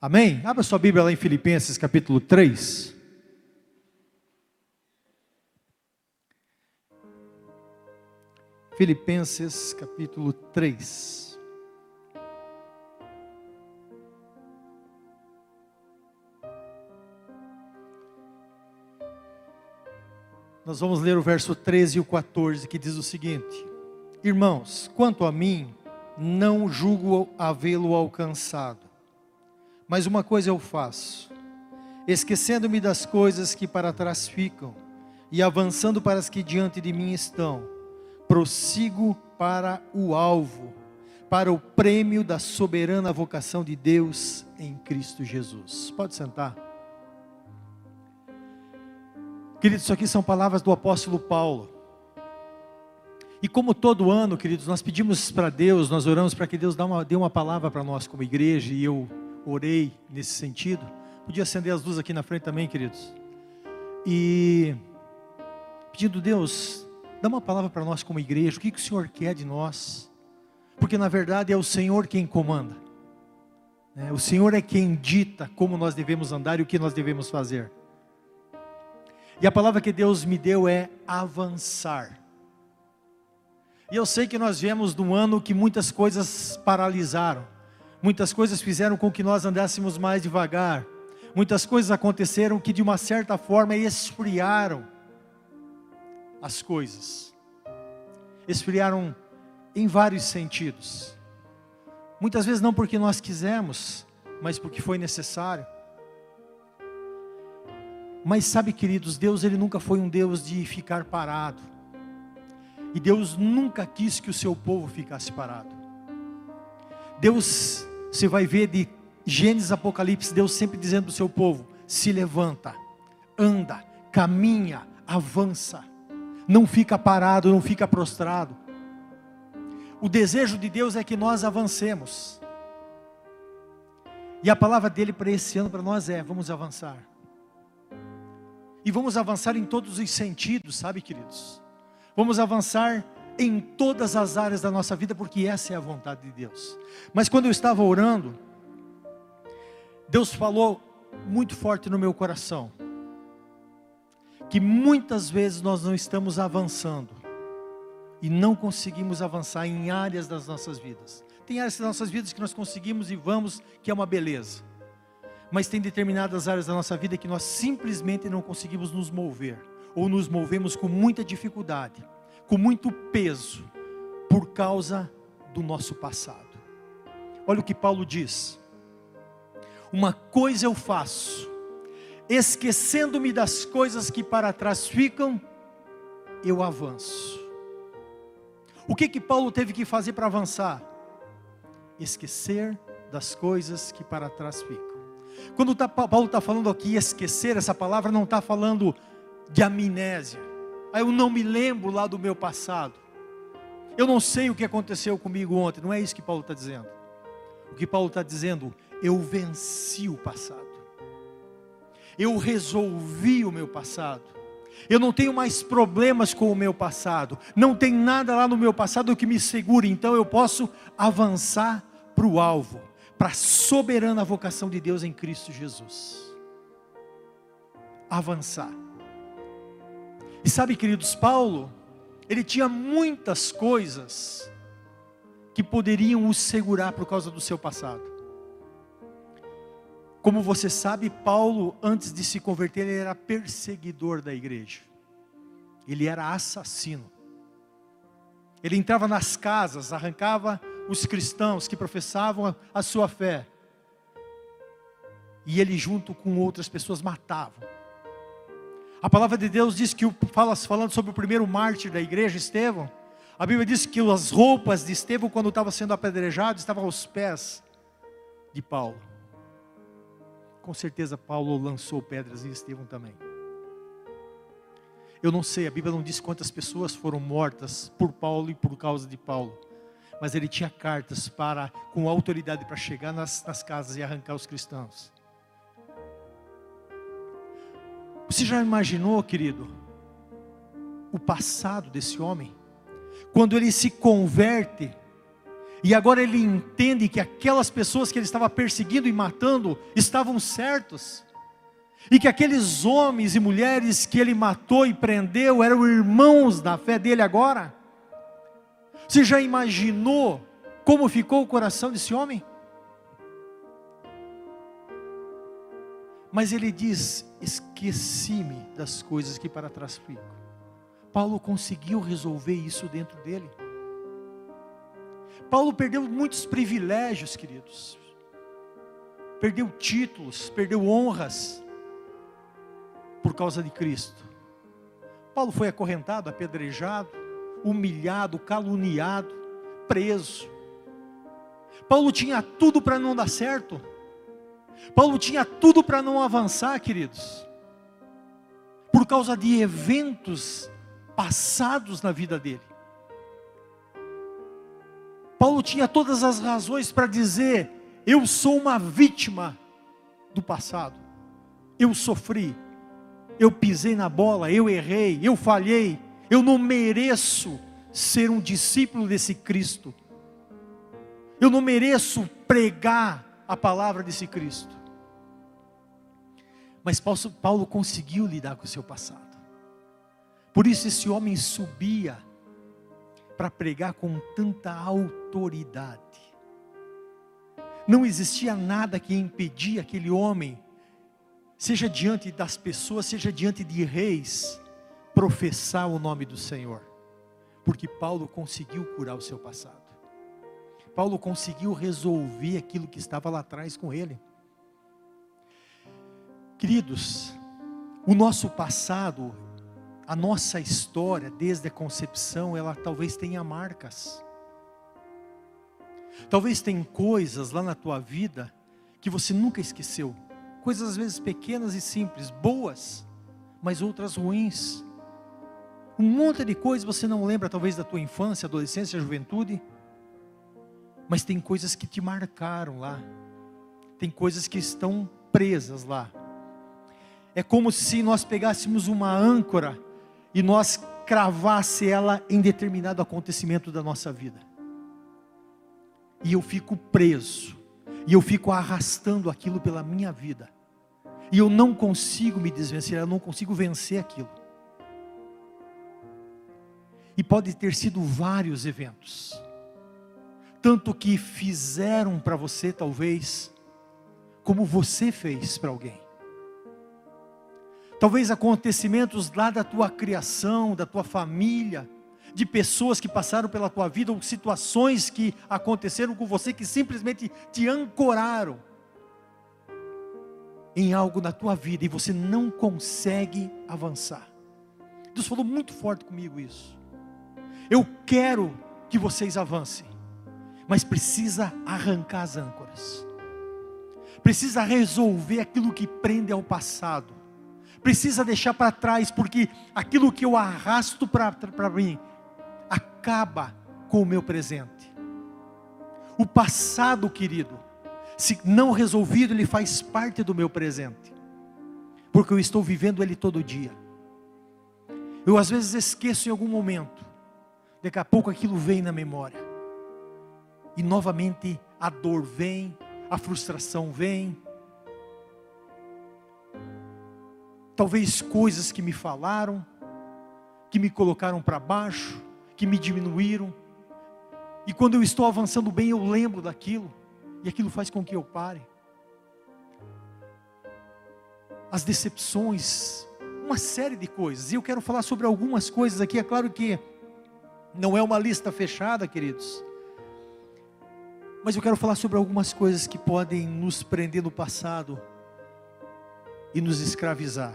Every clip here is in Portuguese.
Amém? Abra sua Bíblia lá em Filipenses capítulo 3. Filipenses capítulo 3. Nós vamos ler o verso 13 e o 14, que diz o seguinte: Irmãos, quanto a mim, não julgo havê-lo alcançado. Mas uma coisa eu faço, esquecendo-me das coisas que para trás ficam, e avançando para as que diante de mim estão, prossigo para o alvo, para o prêmio da soberana vocação de Deus em Cristo Jesus. Pode sentar. Queridos, isso aqui são palavras do apóstolo Paulo. E como todo ano, queridos, nós pedimos para Deus, nós oramos para que Deus dê uma palavra para nós como igreja, e eu orei nesse sentido. Podia acender as luzes aqui na frente também, queridos. E pedindo, Deus, dá uma palavra para nós como igreja, o que o Senhor quer de nós? Porque na verdade é o Senhor quem comanda. O Senhor é quem dita como nós devemos andar e o que nós devemos fazer. E a palavra que Deus me deu é avançar. E eu sei que nós viemos de um ano que muitas coisas paralisaram. Muitas coisas fizeram com que nós andássemos mais devagar. Muitas coisas aconteceram que de uma certa forma esfriaram as coisas. Esfriaram em vários sentidos. Muitas vezes não porque nós quisemos, mas porque foi necessário. Mas sabe, queridos, Deus ele nunca foi um Deus de ficar parado. E Deus nunca quis que o seu povo ficasse parado. Deus, você vai ver de Gênesis, Apocalipse, Deus sempre dizendo para o seu povo: se levanta, anda, caminha, avança. Não fica parado, não fica prostrado. O desejo de Deus é que nós avancemos. E a palavra dele para esse ano para nós é: vamos avançar. E vamos avançar em todos os sentidos, sabe, queridos? Vamos avançar em todas as áreas da nossa vida, porque essa é a vontade de Deus. Mas quando eu estava orando, Deus falou muito forte no meu coração, que muitas vezes nós não estamos avançando, e não conseguimos avançar em áreas das nossas vidas. Tem áreas das nossas vidas que nós conseguimos e vamos, que é uma beleza. Mas tem determinadas áreas da nossa vida que nós simplesmente não conseguimos nos mover, ou nos movemos com muita dificuldade, com muito peso, por causa do nosso passado. Olha o que Paulo diz: uma coisa eu faço, esquecendo-me das coisas que para trás ficam, eu avanço. O que Paulo teve que fazer para avançar? Esquecer das coisas que para trás ficam. Quando Paulo está falando aqui esquecer, essa palavra não está falando de amnésia. Eu não me lembro lá do meu passado. Eu não sei o que aconteceu comigo ontem. Não é isso que Paulo está dizendo. O que Paulo está dizendo: eu venci o passado. Eu resolvi o meu passado. Eu não tenho mais problemas com o meu passado. Não tem nada lá no meu passado que me segure. Então eu posso avançar para o alvo, para a soberana vocação de Deus em Cristo Jesus. Avançar. E sabe, queridos, Paulo, ele tinha muitas coisas que poderiam o segurar por causa do seu passado. Como você sabe, Paulo, antes de se converter, ele era perseguidor da igreja. Ele era assassino. Ele entrava nas casas, arrancava os cristãos que professavam a sua fé. E ele, junto com outras pessoas, matavam. A palavra de Deus diz que, falando sobre o primeiro mártir da igreja, Estevão, a Bíblia diz que as roupas de Estevão, quando estava sendo apedrejado, estavam aos pés de Paulo. Com certeza Paulo lançou pedras em Estevão também. Eu não sei, a Bíblia não diz quantas pessoas foram mortas por Paulo e por causa de Paulo. Mas ele tinha cartas com autoridade para chegar nas casas e arrancar os cristãos. Você já imaginou, querido, o passado desse homem? Quando ele se converte, E agora ele entende que aquelas pessoas que ele estava perseguindo e matando estavam certos. E que aqueles homens e mulheres que ele matou e prendeu eram irmãos da fé dele agora. Você já imaginou como ficou o coração desse homem? Mas ele diz: esqueci-me das coisas que para trás ficam. Paulo conseguiu resolver isso dentro dele. Paulo perdeu muitos privilégios, queridos. Perdeu títulos, perdeu honras por causa de Cristo. Paulo foi acorrentado, apedrejado, humilhado, caluniado, preso. Paulo tinha tudo para não dar certo. Paulo tinha tudo para não avançar, queridos. Por causa de eventos passados na vida dele. Paulo tinha todas as razões para dizer: eu sou uma vítima do passado. Eu sofri. Eu pisei na bola, eu errei, eu falhei. Eu não mereço ser um discípulo desse Cristo. Eu não mereço pregar a palavra desse Cristo. Mas Paulo conseguiu lidar com o seu passado. Por isso esse homem subia para pregar com tanta autoridade. Não existia nada que impedia aquele homem, seja diante das pessoas, seja diante de reis, professar o nome do Senhor. Porque Paulo conseguiu curar o seu passado. Paulo conseguiu resolver aquilo que estava lá atrás com ele. Queridos, o nosso passado, a nossa história, desde a concepção, ela talvez tenha marcas. Talvez tenha coisas lá na tua vida que você nunca esqueceu. Coisas às vezes pequenas e simples, boas, mas outras ruins. Um monte de coisas você não lembra talvez da tua infância, adolescência, juventude. Mas tem coisas que te marcaram lá. Tem coisas que estão presas lá. É como se nós pegássemos uma âncora e nós cravasse ela em determinado acontecimento da nossa vida. E eu fico preso. E eu fico arrastando aquilo pela minha vida. E eu não consigo me desvencer, eu não consigo vencer aquilo. E pode ter sido vários eventos. Tanto que fizeram para você talvez, como você fez para alguém. Talvez acontecimentos lá da tua criação, da tua família, de pessoas que passaram pela tua vida, ou situações que aconteceram com você, que simplesmente te ancoraram em algo na tua vida, e você não consegue avançar. Deus falou muito forte comigo isso. Eu quero que vocês avancem, mas precisa arrancar as âncoras. Precisa resolver aquilo que prende ao passado. Precisa deixar para trás, porque aquilo que eu arrasto para mim, acaba com o meu presente. O passado, querido, se não resolvido, ele faz parte do meu presente. Porque eu estou vivendo ele todo dia. Eu às vezes esqueço em algum momento. Daqui a pouco aquilo vem na memória. E novamente a dor vem, a frustração vem. Talvez coisas que me falaram, que me colocaram para baixo, que me diminuíram. E quando eu estou avançando bem, eu lembro daquilo. E aquilo faz com que eu pare. As decepções, uma série de coisas. E eu quero falar sobre algumas coisas aqui. É claro que não é uma lista fechada, queridos. Mas eu quero falar sobre algumas coisas que podem nos prender no passado e nos escravizar.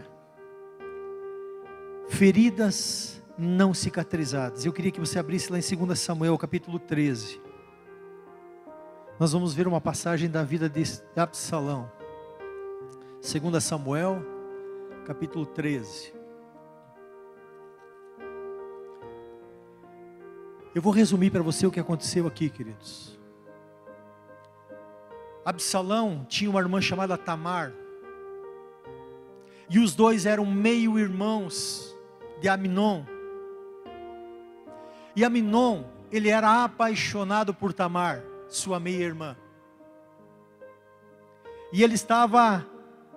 Feridas não cicatrizadas. Eu queria que você abrisse lá em 2 Samuel, capítulo 13. Nós vamos ver uma passagem da vida de Absalão. 2 Samuel, capítulo 13. Eu vou resumir para você o que aconteceu aqui, queridos. Absalão tinha uma irmã chamada Tamar. E os dois eram meio-irmãos de Aminon. E Aminon ele era apaixonado por Tamar, sua meia-irmã. E ele estava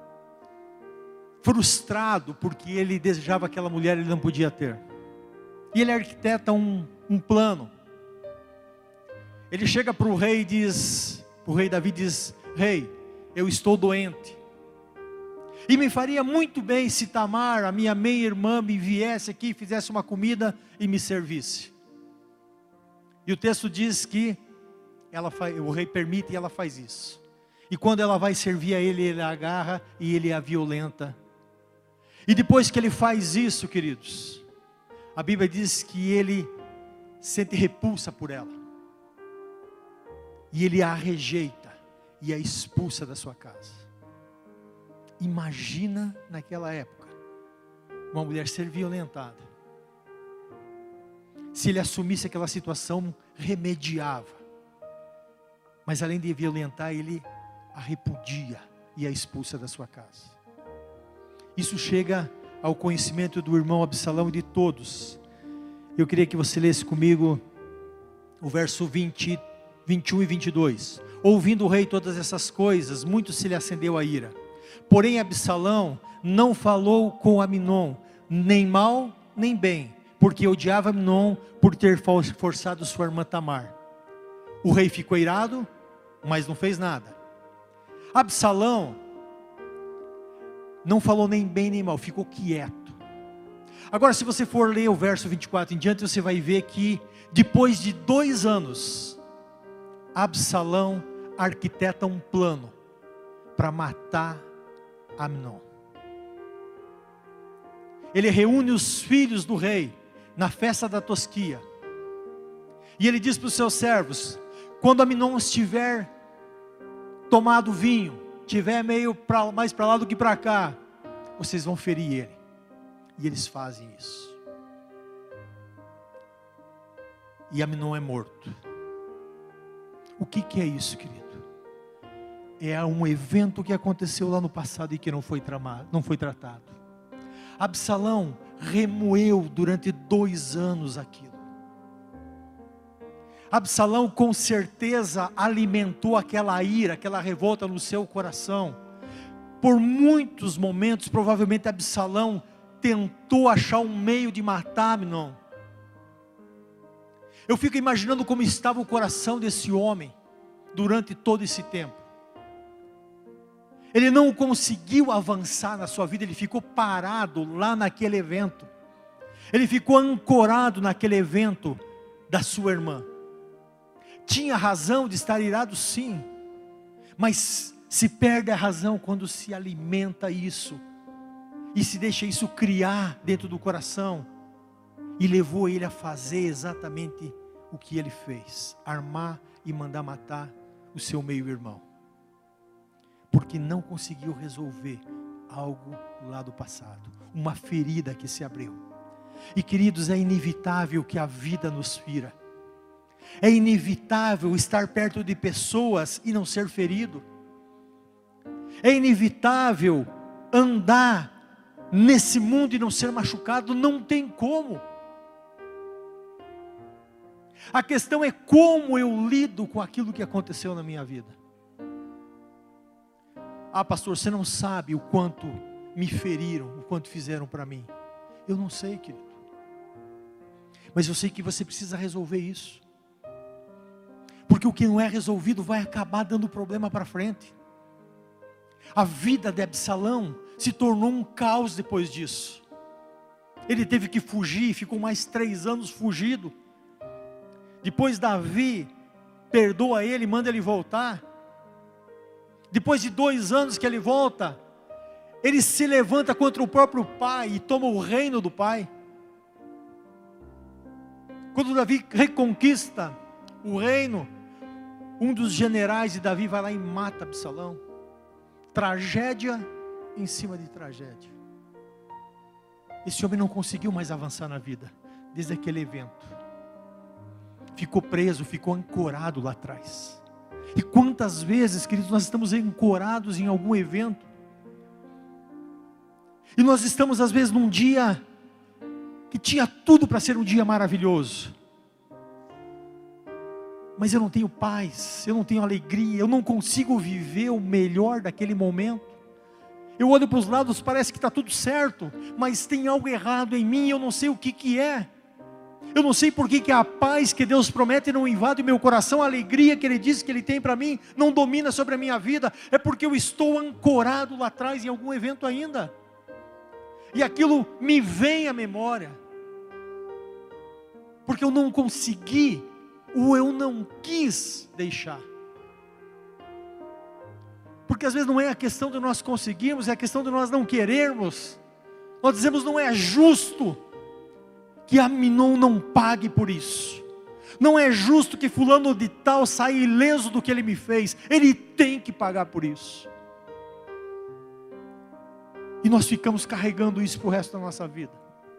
frustrado, porque ele desejava aquela mulher e ele não podia ter. E ele arquiteta um plano. Ele chega para o rei e diz, o rei Davi diz: rei, eu estou doente. E me faria muito bem se Tamar, a minha meia-irmã, me viesse aqui, fizesse uma comida e me servisse. E o texto diz que o rei permite e ela faz isso. E quando ela vai servir a ele, ele a agarra e ele a violenta. E depois que ele faz isso, queridos, a Bíblia diz que ele sente repulsa por ela. E ele a rejeita e a expulsa da sua casa. Imagina naquela época, uma mulher ser violentada. Se ele assumisse aquela situação, remediava. Mas além de violentar, ele a repudia e a expulsa da sua casa. Isso chega ao conhecimento do irmão Absalão e de todos. Eu queria que você lesse comigo o verso 20, 21 e 22. Ouvindo o rei todas essas coisas, muito se lhe acendeu a ira. Porém Absalão não falou com Aminon, nem mal nem bem, porque odiava Aminon por ter forçado sua irmã Tamar. O rei ficou irado, mas não fez nada. Absalão não falou nem bem nem mal, ficou quieto. Agora, se você for ler o verso 24 em diante, você vai ver que depois de 2 anos, Absalão arquiteta um plano para matar Aminon. Ele reúne os filhos do rei na festa da tosquia. E ele diz para os seus servos: quando Aminon estiver tomado vinho, estiver meio mais para lá do que para cá, vocês vão ferir ele. E eles fazem isso. E Aminon é morto. O que é isso, querido? É um evento que aconteceu lá no passado e que não foi tratado. Absalão remoeu durante 2 anos aquilo. Absalão com certeza alimentou aquela ira, aquela revolta no seu coração. Por muitos momentos, provavelmente Absalão tentou achar um meio de matar Aminon. Eu fico imaginando como estava o coração desse homem durante todo esse tempo. Ele não conseguiu avançar na sua vida, ele ficou parado lá naquele evento. Ele ficou ancorado naquele evento da sua irmã. Tinha razão de estar irado, sim, mas se perde a razão quando se alimenta isso, e se deixa isso criar dentro do coração, e levou ele a fazer exatamente o que ele fez: armar e mandar matar o seu meio-irmão, porque não conseguiu resolver algo lá do passado, uma ferida que se abriu. E queridos, é inevitável que a vida nos fira, é inevitável estar perto de pessoas e não ser ferido, é inevitável andar nesse mundo e não ser machucado, não tem como. A questão é como eu lido com aquilo que aconteceu na minha vida. Ah, pastor, você não sabe o quanto me feriram, o quanto fizeram para mim. Eu não sei, querido, mas eu sei que você precisa resolver isso, porque o que não é resolvido vai acabar dando problema para frente. A vida de Absalão se tornou um caos depois disso. Ele teve que fugir, ficou mais 3 anos fugido. Depois Davi perdoa ele, manda ele voltar. Depois de 2 anos que ele volta, ele se levanta contra o próprio pai e toma o reino do pai. Quando Davi reconquista o reino, um dos generais de Davi vai lá e mata Absalão. Tragédia em cima de tragédia. Esse homem não conseguiu mais avançar na vida, desde aquele evento. Ficou preso, ficou ancorado lá atrás. E quantas vezes, queridos, nós estamos ancorados em algum evento, e nós estamos às vezes num dia que tinha tudo para ser um dia maravilhoso, mas eu não tenho paz, eu não tenho alegria, eu não consigo viver o melhor daquele momento. Eu olho para os lados, parece que está tudo certo, mas tem algo errado em mim, eu não sei o que é. Eu não sei por que a paz que Deus promete não invade o meu coração, a alegria que Ele diz que Ele tem para mim, não domina sobre a minha vida. É porque eu estou ancorado lá atrás em algum evento ainda, e aquilo me vem à memória, porque eu não consegui, ou eu não quis deixar. Porque às vezes não é a questão de nós conseguirmos, é a questão de nós não querermos. Nós dizemos: não é justo que Aminon não pague por isso. Não é justo que fulano de tal saia ileso do que ele me fez. Ele tem que pagar por isso. E nós ficamos carregando isso para o resto da nossa vida.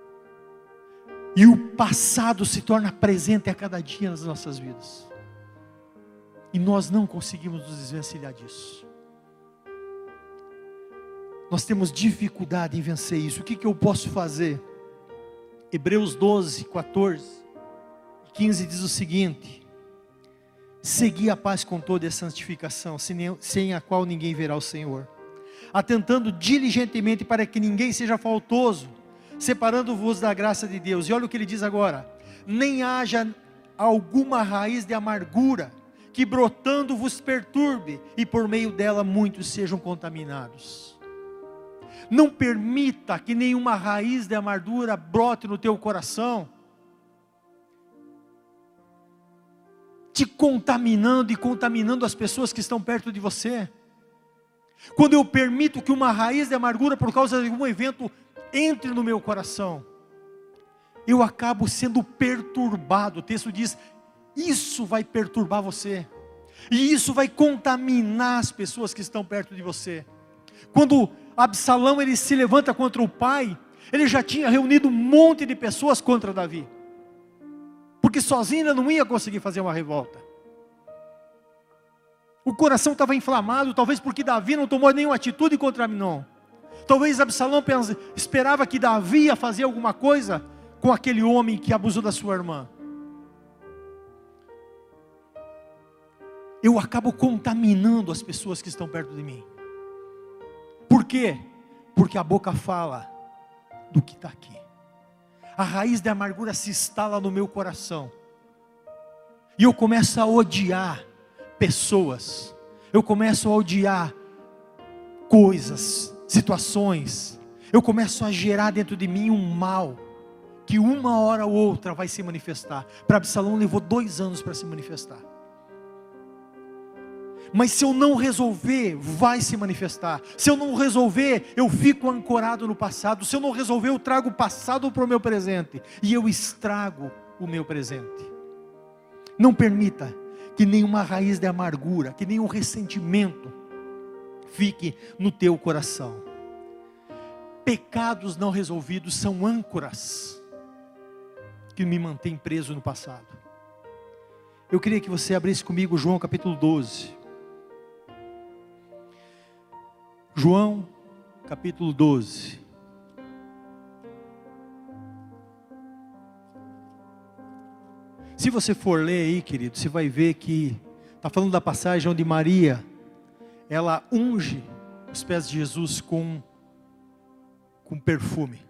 E o passado se torna presente a cada dia nas nossas vidas. E nós não conseguimos nos desvencilhar disso. Nós temos dificuldade em vencer isso. O que eu posso fazer? Hebreus 12, 14 e 15 diz o seguinte: segui a paz com toda a santificação, sem a qual ninguém verá o Senhor, atentando diligentemente para que ninguém seja faltoso, separando-vos da graça de Deus. E olha o que ele diz agora: nem haja alguma raiz de amargura, que brotando vos perturbe, e por meio dela muitos sejam contaminados. Não permita que nenhuma raiz de amargura brote no teu coração, te contaminando e contaminando as pessoas que estão perto de você. Quando eu permito que uma raiz de amargura por causa de algum evento entre no meu coração, eu acabo sendo perturbado. O texto diz: isso vai perturbar você, e isso vai contaminar as pessoas que estão perto de você. Quando Absalão ele se levanta contra o pai, ele já tinha reunido um monte de pessoas contra Davi, porque sozinho ele não ia conseguir fazer uma revolta. O coração estava inflamado, talvez porque Davi não tomou nenhuma atitude contra Aminon. Talvez Absalão esperava que Davi ia fazer alguma coisa com aquele homem que abusou da sua irmã. Eu acabo contaminando as pessoas que estão perto de mim. Por quê? Porque a boca fala do que está aqui. A raiz da amargura se instala no meu coração, e eu começo a odiar pessoas, eu começo a odiar coisas, situações, eu começo a gerar dentro de mim um mal, que uma hora ou outra vai se manifestar. Para Absalão levou 2 anos para se manifestar. Mas se eu não resolver, vai se manifestar. Se eu não resolver, eu fico ancorado no passado. Se eu não resolver, eu trago o passado para o meu presente, e eu estrago o meu presente. Não permita que nenhuma raiz de amargura, que nenhum ressentimento fique no teu coração. Pecados não resolvidos são âncoras que me mantêm preso no passado. Eu queria que você abrisse comigo João capítulo 12. João capítulo 12. Se você for ler aí, querido, você vai ver que está falando da passagem onde Maria, ela unge os pés de Jesus com perfume.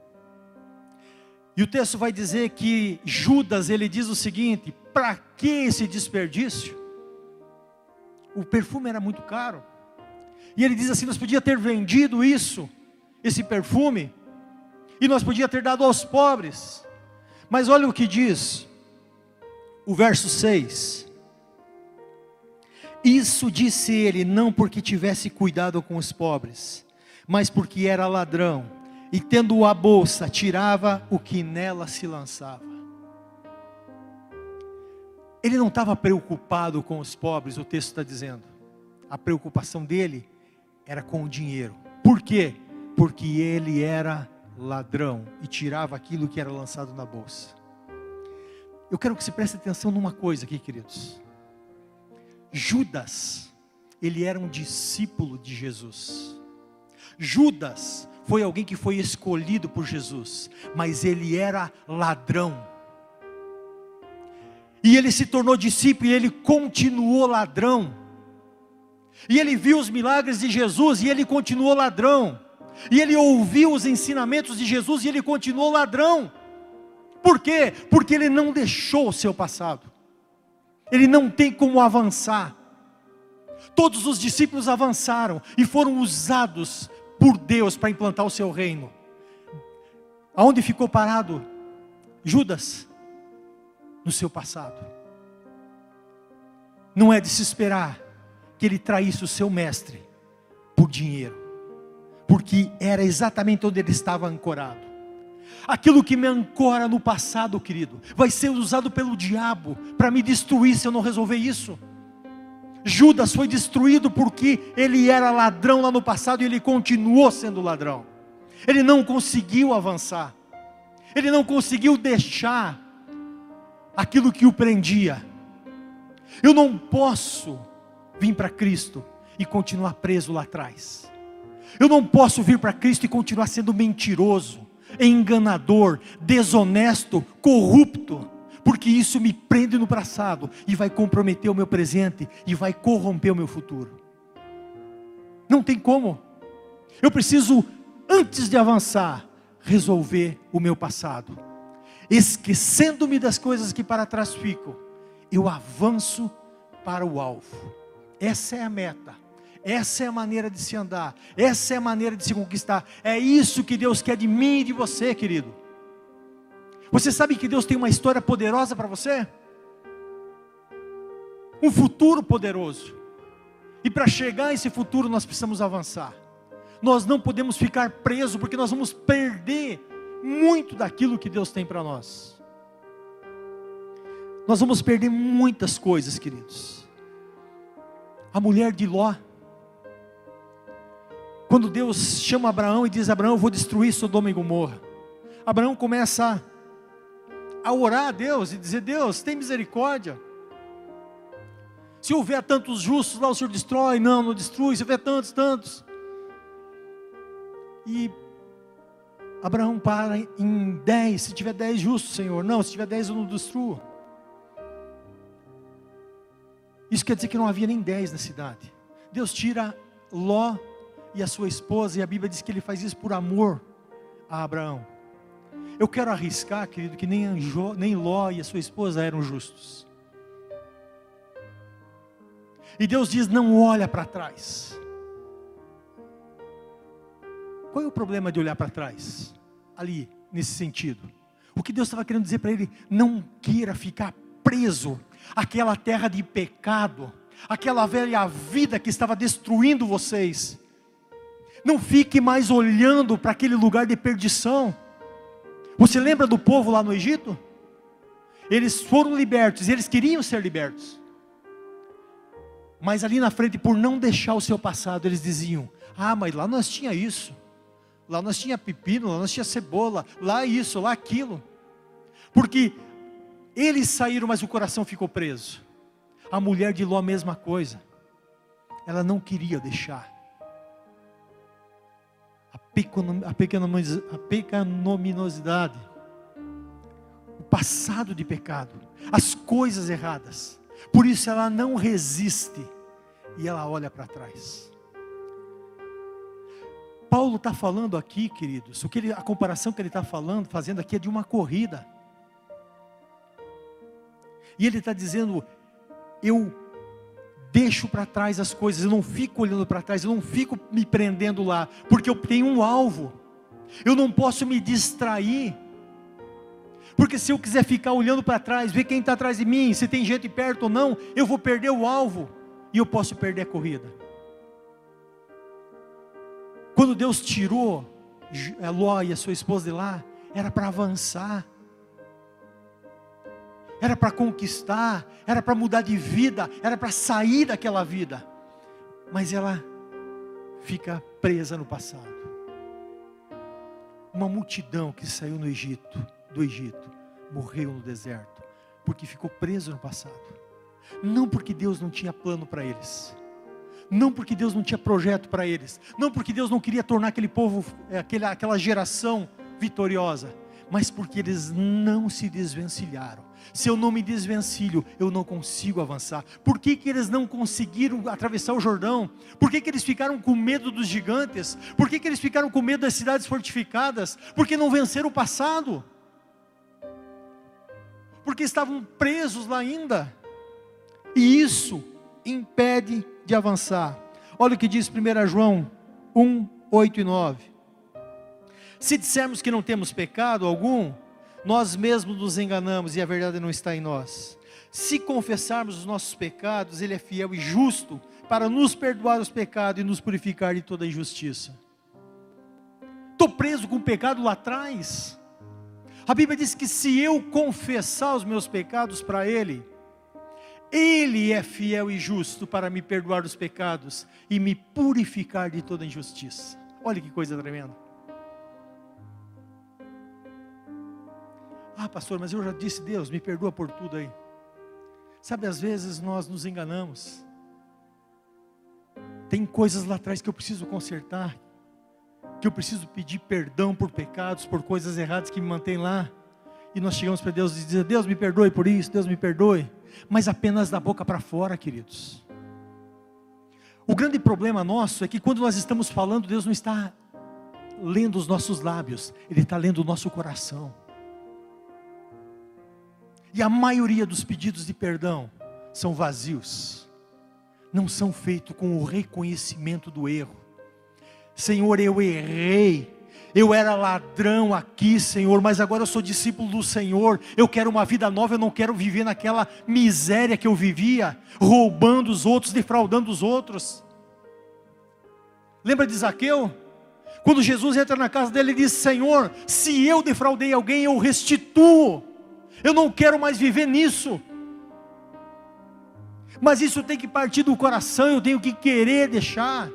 E o texto vai dizer que Judas, ele diz o seguinte: para que esse desperdício? O perfume era muito caro. E ele diz assim: nós podíamos ter vendido esse perfume, e nós podíamos ter dado aos pobres. Mas olha o que diz o verso 6. Isso disse ele, não porque tivesse cuidado com os pobres, mas porque era ladrão, e tendo a bolsa, tirava o que nela se lançava. Ele não estava preocupado com os pobres, o texto está dizendo. A preocupação dele era com o dinheiro. Por quê? Porque ele era ladrão e tirava aquilo que era lançado na bolsa. Eu quero que você preste atenção numa coisa aqui, queridos. Judas, ele era um discípulo de Jesus. Judas foi alguém que foi escolhido por Jesus, mas ele era ladrão. E ele se tornou discípulo e ele continuou ladrão. E ele viu os milagres de Jesus e ele continuou ladrão. E ele ouviu os ensinamentos de Jesus e ele continuou ladrão. Por quê? Porque ele não deixou o seu passado. Ele não tem como avançar. Todos os discípulos avançaram e foram usados por Deus para implantar o seu reino. Aonde ficou parado? Judas, no seu passado. Não é de se esperar que ele traísse o seu mestre por dinheiro, porque era exatamente onde ele estava ancorado. Aquilo que me ancora no passado, querido, vai ser usado pelo diabo para me destruir se eu não resolver isso. Judas foi destruído porque ele era ladrão lá no passado e ele continuou sendo ladrão. Ele não conseguiu avançar. Ele não conseguiu deixar aquilo que o prendia. Eu não posso vir para Cristo e continuar preso lá atrás. Eu não posso vir para Cristo e continuar sendo mentiroso, enganador, desonesto, corrupto, porque isso me prende no passado e vai comprometer o meu presente e vai corromper o meu futuro. Não tem como. Eu preciso, antes de avançar, resolver o meu passado. Esquecendo-me das coisas que para trás ficam, eu avanço para o alvo. Essa é a meta. Essa é a maneira de se andar. Essa é a maneira de se conquistar. É isso que Deus quer de mim e de você, querido. Você sabe que Deus tem uma história poderosa para você? Um futuro poderoso. E para chegar a esse futuro nós precisamos avançar. Nós não podemos ficar presos, porque nós vamos perder muito daquilo que Deus tem para nós. Nós vamos perder muitas coisas, queridos. A mulher de Ló, quando Deus chama Abraão e diz: Abraão, eu vou destruir Sodoma e Gomorra. Abraão começa a orar a Deus e dizer: Deus, tem misericórdia. Se houver tantos justos lá, o Senhor destrói. Não, não destrui. Se houver tantos. E Abraão para em 10. Se tiver 10 justos, Senhor. Não, se tiver 10 eu não destruo. Isso quer dizer que não havia nem 10 na cidade. Deus tira Ló e a sua esposa, e a Bíblia diz que ele faz isso por amor a Abraão. Eu quero arriscar, querido, que nem Ló e a sua esposa eram justos. E Deus diz: não olha para trás. Qual é o problema de olhar para trás? Ali, nesse sentido. O que Deus estava querendo dizer para ele: não queira ficar preso àquela terra de pecado, aquela velha vida que estava destruindo vocês. Não fique mais olhando para aquele lugar de perdição. Você lembra do povo lá no Egito? Eles foram libertos, eles queriam ser libertos. Mas ali na frente, por não deixar o seu passado, eles diziam: ah, mas lá nós tinha isso. Lá nós tinha pepino, lá nós tinha cebola, lá isso, lá aquilo. Porque eles saíram, mas o coração ficou preso. A mulher de Ló, a mesma coisa. Ela não queria deixar. A pecaminosidade, o passado de pecado, as coisas erradas. Por isso ela não resiste e ela olha para trás. Paulo está falando aqui, queridos, a comparação que ele está fazendo aqui é de uma corrida. E ele está dizendo: eu deixo para trás as coisas, eu não fico olhando para trás, eu não fico me prendendo lá, porque eu tenho um alvo. Eu não posso me distrair, porque se eu quiser ficar olhando para trás, ver quem está atrás de mim, se tem gente perto ou não, eu vou perder o alvo, e eu posso perder a corrida. Quando Deus tirou Ló e a sua esposa de lá, era para avançar, era para conquistar, era para mudar de vida, era para sair daquela vida. Mas ela fica presa no passado. Uma multidão que saiu do Egito, morreu no deserto, porque ficou preso no passado. Não porque Deus não tinha plano para eles, não porque Deus não tinha projeto para eles, não porque Deus não queria tornar aquele povo, aquela geração vitoriosa, mas porque eles não se desvencilharam, Se eu não me desvencilho, eu não consigo avançar. Por que eles não conseguiram atravessar o Jordão? Por que eles ficaram com medo dos gigantes? Por que eles ficaram com medo das cidades fortificadas? Porque não venceram o passado. Porque estavam presos lá ainda. E isso impede de avançar. Olha o que diz 1 João 1, 8 e 9. Se dissermos que não temos pecado algum, nós mesmos nos enganamos e a verdade não está em nós. Se confessarmos os nossos pecados, Ele é fiel e justo para nos perdoar os pecados e nos purificar de toda injustiça. Estou preso com o pecado lá atrás. A Bíblia diz que se eu confessar os meus pecados para Ele, Ele é fiel e justo para me perdoar os pecados e me purificar de toda injustiça. Olha que coisa tremenda. Ah, pastor, mas eu já disse, Deus, me perdoa por tudo aí. Sabe, às vezes nós nos enganamos. Tem coisas lá atrás que eu preciso consertar, que eu preciso pedir perdão por pecados, por coisas erradas que me mantêm lá. E nós chegamos para Deus e dizemos, Deus me perdoe por isso, Deus me perdoe. Mas apenas da boca para fora, queridos. O grande problema nosso é que quando nós estamos falando, Deus não está lendo os nossos lábios, Ele está lendo o nosso coração. E a maioria dos pedidos de perdão são vazios. Não são feitos com o reconhecimento do erro. Senhor, eu errei. Eu era ladrão aqui, Senhor, mas agora eu sou discípulo do Senhor. Eu quero uma vida nova, eu não quero viver naquela miséria que eu vivia, roubando os outros, defraudando os outros. Lembra de Zaqueu? Quando Jesus entra na casa dele, ele diz, Senhor, se eu defraudei alguém, eu restituo. Eu não quero mais viver nisso. Mas isso tem que partir do coração, eu tenho que querer deixar.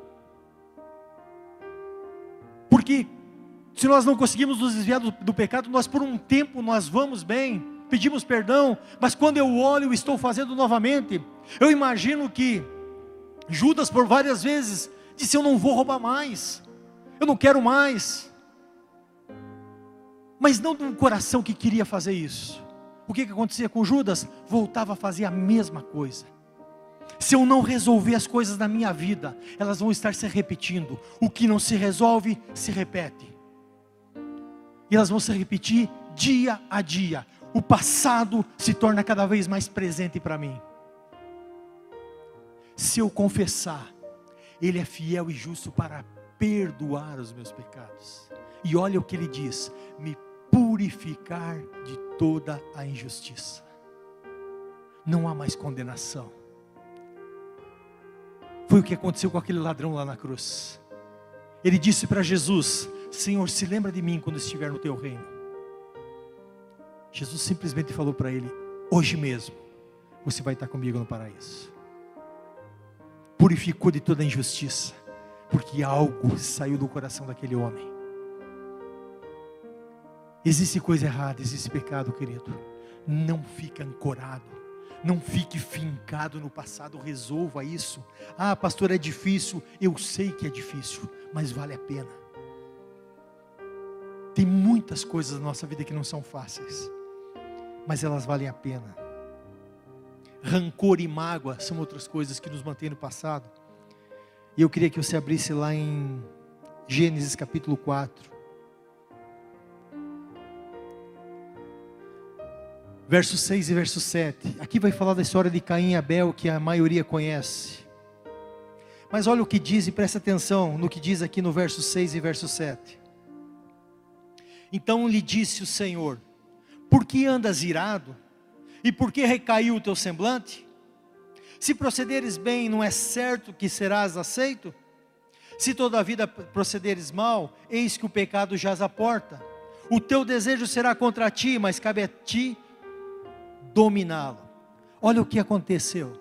Porque se nós não conseguimos nos desviar do pecado, nós por um tempo nós vamos bem, pedimos perdão, mas quando eu olho e estou fazendo novamente, eu imagino que Judas por várias vezes disse, eu não vou roubar mais, eu não quero mais. Mas não de um coração que queria fazer isso. O que acontecia com Judas? Voltava a fazer a mesma coisa. Se eu não resolver as coisas na minha vida, elas vão estar se repetindo. O que não se resolve, se repete. E elas vão se repetir dia a dia. O passado se torna cada vez mais presente para mim. Se eu confessar, Ele é fiel e justo para perdoar os meus pecados. E olha o que Ele diz, me purificar de toda a injustiça. Não há mais condenação. Foi o que aconteceu com aquele ladrão lá na cruz. Ele disse para Jesus, Senhor, se lembra de mim quando estiver no teu reino. Jesus simplesmente falou para ele, hoje mesmo, você vai estar comigo no paraíso. Purificou de toda a injustiça, porque algo saiu do coração daquele homem. Existe coisa errada, existe pecado, querido. Não fique ancorado, não fique fincado no passado, resolva isso. Ah, pastor, é difícil, eu sei que é difícil, mas vale a pena. Tem muitas coisas na nossa vida que não são fáceis, mas elas valem a pena. Rancor e mágoa são outras coisas que nos mantêm no passado. E eu queria que você abrisse lá em Gênesis capítulo 4. Verso 6 e verso 7. Aqui vai falar da história de Caim e Abel, que a maioria conhece. Mas olha o que diz e presta atenção no que diz aqui no verso 6 e verso 7. Então lhe disse o Senhor, por que andas irado? E por que recaiu o teu semblante? Se procederes bem, não é certo que serás aceito? Se toda a vida procederes mal, eis que o pecado jaz à porta. O teu desejo será contra ti, mas cabe a ti dominá-lo. Olha o que aconteceu.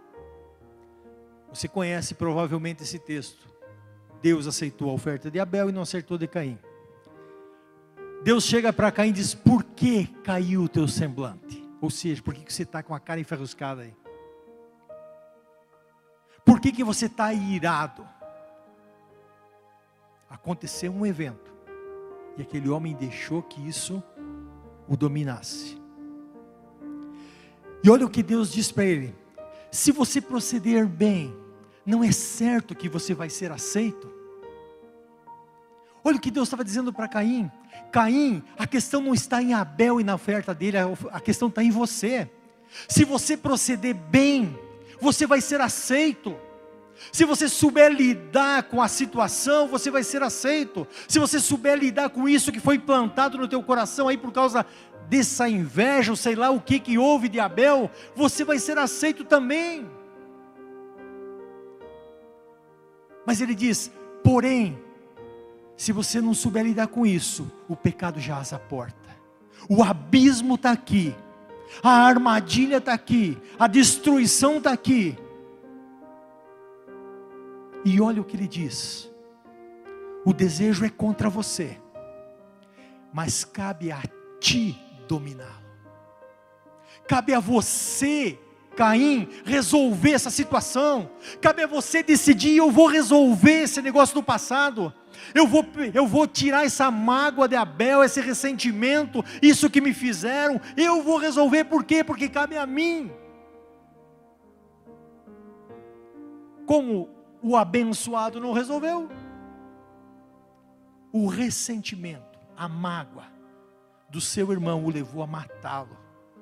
Você conhece provavelmente esse texto. Deus aceitou a oferta de Abel e não aceitou de Caim. Deus chega para Caim e diz, por que caiu o teu semblante? Ou seja, por que você está com a cara enferruscada aí? Por que você está irado? Aconteceu um evento, e aquele homem deixou que isso o dominasse. E olha o que Deus diz para ele: se você proceder bem, não é certo que você vai ser aceito? Olha o que Deus estava dizendo para Caim: Caim, a questão não está em Abel e na oferta dele, a questão está em você. Se você proceder bem, você vai ser aceito. Se você souber lidar com a situação, você vai ser aceito. Se você souber lidar com isso que foi plantado no teu coração aí por causa dessa inveja, ou sei lá o que houve de Abel, você vai ser aceito também. Mas ele diz: porém, se você não souber lidar com isso, o pecado jaz à porta, o abismo está aqui, a armadilha está aqui, a destruição está aqui. E olha o que ele diz: o desejo é contra você, mas cabe a ti dominá-lo. Cabe a você, Caim, resolver essa situação. Cabe a você decidir: eu vou resolver esse negócio do passado. Eu vou tirar essa mágoa de Abel, esse ressentimento, isso que me fizeram. Eu vou resolver. Por quê? Porque cabe a mim. Como o abençoado não resolveu, o ressentimento, a mágoa do seu irmão o levou a matá-lo.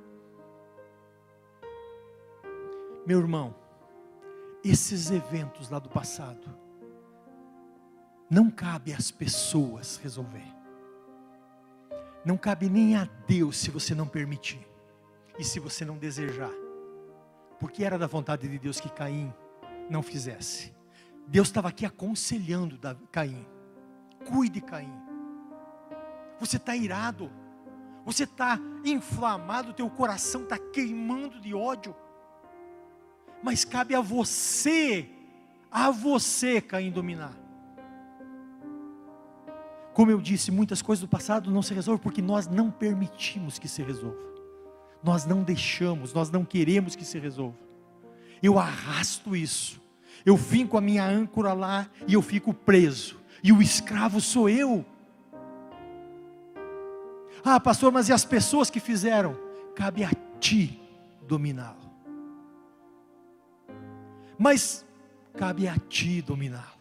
Meu irmão, esses eventos lá do passado, não cabe às pessoas resolver, não cabe nem a Deus, se você não permitir, e se você não desejar, porque era da vontade de Deus que Caim não fizesse. Deus estava aqui aconselhando Caim: cuide, Caim, você está irado, você está inflamado, teu coração está queimando de ódio, mas cabe a você, Caim, dominar. Como eu disse, muitas coisas do passado não se resolvem porque nós não permitimos que se resolva, nós não deixamos, nós não queremos que se resolva. Eu arrasto isso, eu finco a minha âncora lá e eu fico preso, e o escravo sou eu. Ah, pastor, mas e as pessoas que fizeram? Cabe a ti dominá-lo. Mas cabe a ti dominá-lo.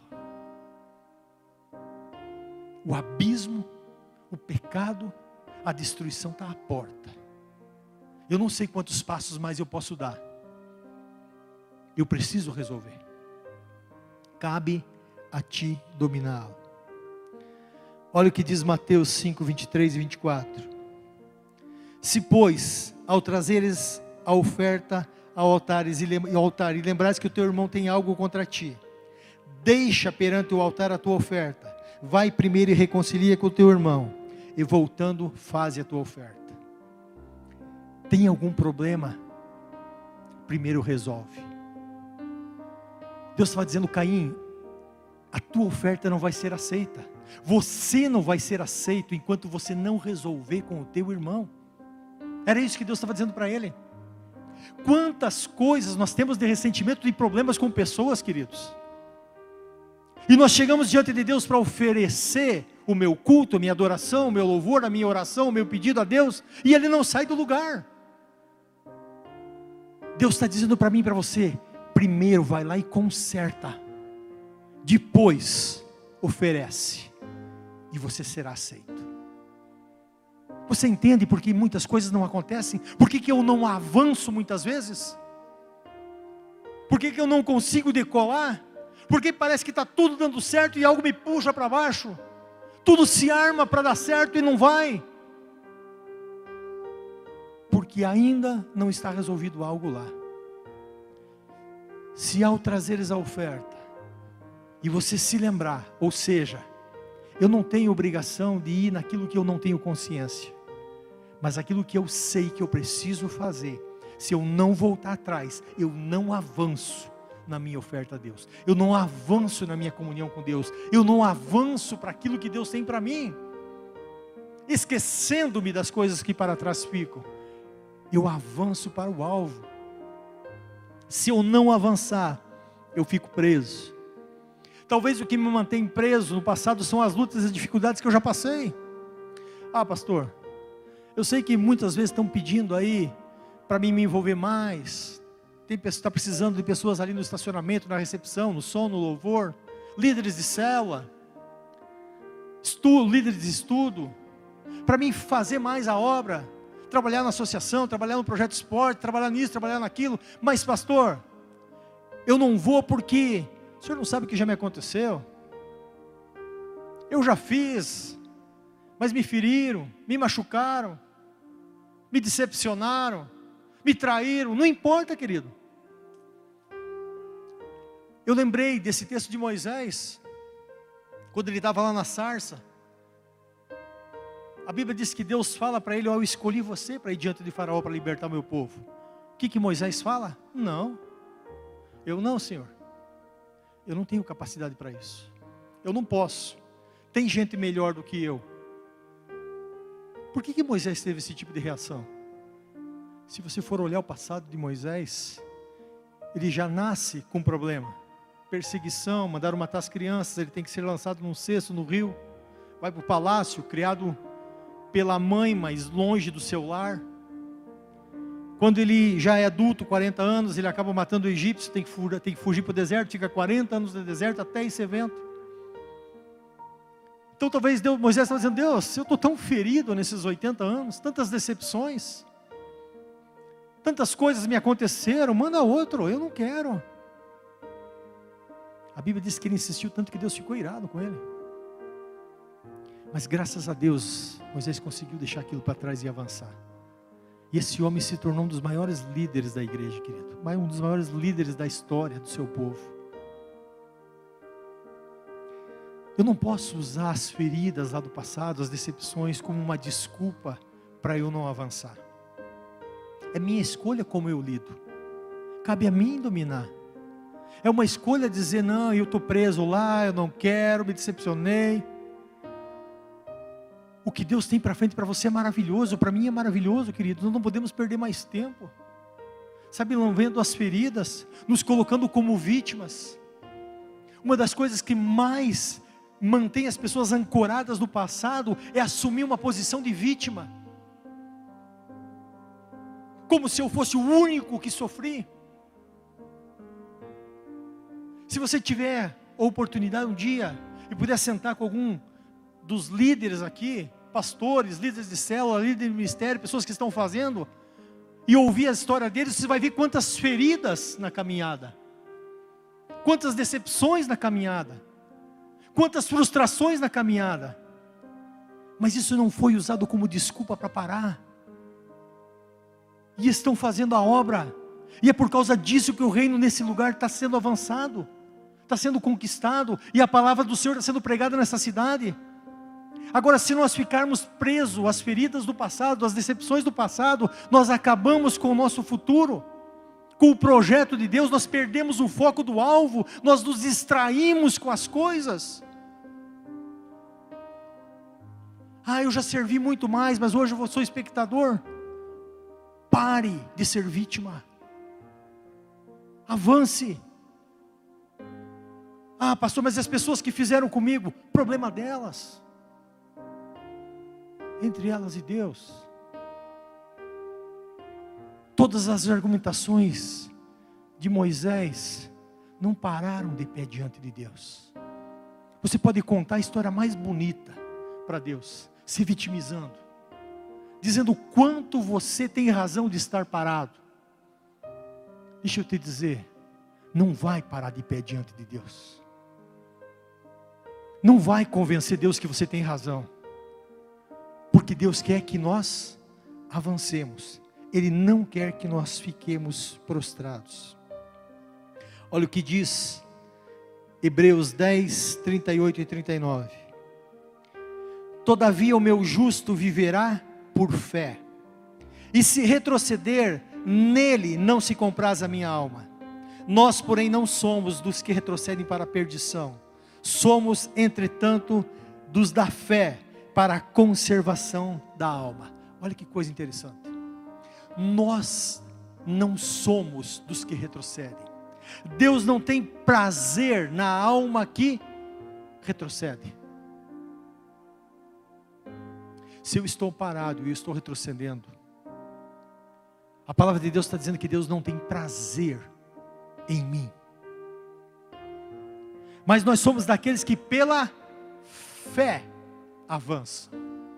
O abismo, o pecado, a destruição está à porta. Eu não sei quantos passos mais eu posso dar. Eu preciso resolver. Cabe a ti dominá-lo. Olha o que diz Mateus 5, 23 e 24. Se, pois, ao trazeres a oferta ao altar e lembrares que o teu irmão tem algo contra ti, deixa perante o altar a tua oferta, vai primeiro e reconcilia com o teu irmão, e voltando faze a tua oferta. Tem algum problema? Primeiro resolve. Deus estava dizendo: Caim, a tua oferta não vai ser aceita, você não vai ser aceito enquanto você não resolver com o teu irmão. Era isso que Deus estava dizendo para ele. Quantas coisas nós temos de ressentimento e problemas com pessoas, queridos, e nós chegamos diante de Deus para oferecer o meu culto, a minha adoração, o meu louvor, a minha oração, o meu pedido a Deus, e ele não sai do lugar. Deus está dizendo para mim e para você: primeiro vai lá e conserta, depois oferece, e você será aceito. Você entende por que muitas coisas não acontecem? Por que eu não avanço muitas vezes? Por que eu não consigo decolar? Porque parece que está tudo dando certo e algo me puxa para baixo. Tudo se arma para dar certo e não vai. Porque ainda não está resolvido algo lá. Se ao trazeres a oferta, e você se lembrar, ou seja, eu não tenho obrigação de ir naquilo que eu não tenho consciência, mas aquilo que eu sei que eu preciso fazer, se eu não voltar atrás, eu não avanço na minha oferta a Deus, eu não avanço na minha comunhão com Deus, eu não avanço para aquilo que Deus tem para mim, esquecendo-me das coisas que para trás ficam, eu avanço para o alvo. Se eu não avançar, eu fico preso. Talvez o que me mantém preso no passado são as lutas e as dificuldades que eu já passei. Ah, pastor, eu sei que muitas vezes estão pedindo aí para mim me envolver mais. Está precisando de pessoas ali no estacionamento, na recepção, no som, no louvor, líderes de célula, líderes de estudo, para mim fazer mais a obra, trabalhar na associação, trabalhar no projeto esporte, trabalhar nisso, trabalhar naquilo. Mas pastor, eu não vou porque o senhor não sabe o que já me aconteceu. Eu já fiz, mas me feriram, me machucaram, me decepcionaram, me traíram. Não importa, querido. Eu lembrei desse texto de Moisés, quando ele estava lá na sarça. A Bíblia diz que Deus fala para ele: eu escolhi você para ir diante de Faraó para libertar o meu povo. O que Moisés fala? Não, eu não, Senhor. Eu não tenho capacidade para isso. Eu não posso. Tem gente melhor do que eu. Por que Moisés teve esse tipo de reação? Se você for olhar o passado de Moisés, ele já nasce com problema. Perseguição, mandaram matar as crianças, ele tem que ser lançado num cesto no rio, vai para o palácio, criado pela mãe, mas longe do seu lar. Quando ele já é adulto, 40 anos, ele acaba matando o egípcio, tem que fugir para o deserto, fica 40 anos no deserto até esse evento. Então talvez Moisés estava dizendo: Deus, eu estou tão ferido nesses 80 anos, tantas decepções, tantas coisas me aconteceram, manda outro, eu não quero. A Bíblia diz que ele insistiu tanto que Deus ficou irado com ele. Mas graças a Deus, Moisés conseguiu deixar aquilo para trás e avançar. E esse homem se tornou um dos maiores líderes da igreja, querido. Um dos maiores líderes da história do seu povo. Eu não posso usar as feridas lá do passado, as decepções, como uma desculpa para eu não avançar. É minha escolha como eu lido. Cabe a mim dominar. É uma escolha dizer: não, eu estou preso lá, eu não quero, me decepcionei. O que Deus tem para frente para você é maravilhoso, para mim é maravilhoso, querido. Nós não podemos perder mais tempo. Sabe, não vendo as feridas, nos colocando como vítimas. Uma das coisas que mais mantém as pessoas ancoradas no passado é assumir uma posição de vítima. Como se eu fosse o único que sofri. Se você tiver a oportunidade um dia e puder sentar com algum dos líderes aqui, pastores, líderes de célula, líderes de ministério, pessoas que estão fazendo, e ouvir a história deles, você vai ver quantas feridas na caminhada, quantas decepções na caminhada, quantas frustrações na caminhada. Mas isso não foi usado como desculpa para parar. E estão fazendo a obra. E é por causa disso que o reino nesse lugar está sendo avançado, está sendo conquistado, e a palavra do Senhor está sendo pregada nessa cidade. Agora, se nós ficarmos presos às feridas do passado, às decepções do passado, nós acabamos com o nosso futuro, com o projeto de Deus. Nós perdemos o foco do alvo, nós nos distraímos com as coisas. Eu já servi muito mais, mas hoje eu sou espectador. Pare de ser vítima. Avance. Pastor, mas as pessoas que fizeram comigo, problema delas. Entre elas e Deus. Todas as argumentações de Moisés não pararam de pé diante de Deus. Você pode contar a história mais bonita para Deus, se vitimizando, dizendo o quanto você tem razão de estar parado. Deixa eu te dizer, não vai parar de pé diante de Deus. Não vai convencer Deus que você tem razão. Porque Deus quer que nós avancemos. Ele não quer que nós fiquemos prostrados. Olha o que diz Hebreus 10, 38 e 39. Todavia o meu justo viverá por fé. E se retroceder, nele não se compraz a minha alma. Nós, porém, não somos dos que retrocedem para a perdição. Somos, entretanto, dos da fé, para a conservação da alma. Olha que coisa interessante. Nós não somos dos que retrocedem. Deus não tem prazer na alma que retrocede. Se eu estou parado e eu estou retrocedendo, A palavra de Deus está dizendo que Deus não tem prazer em mim. Mas nós somos daqueles que pela fé avançam.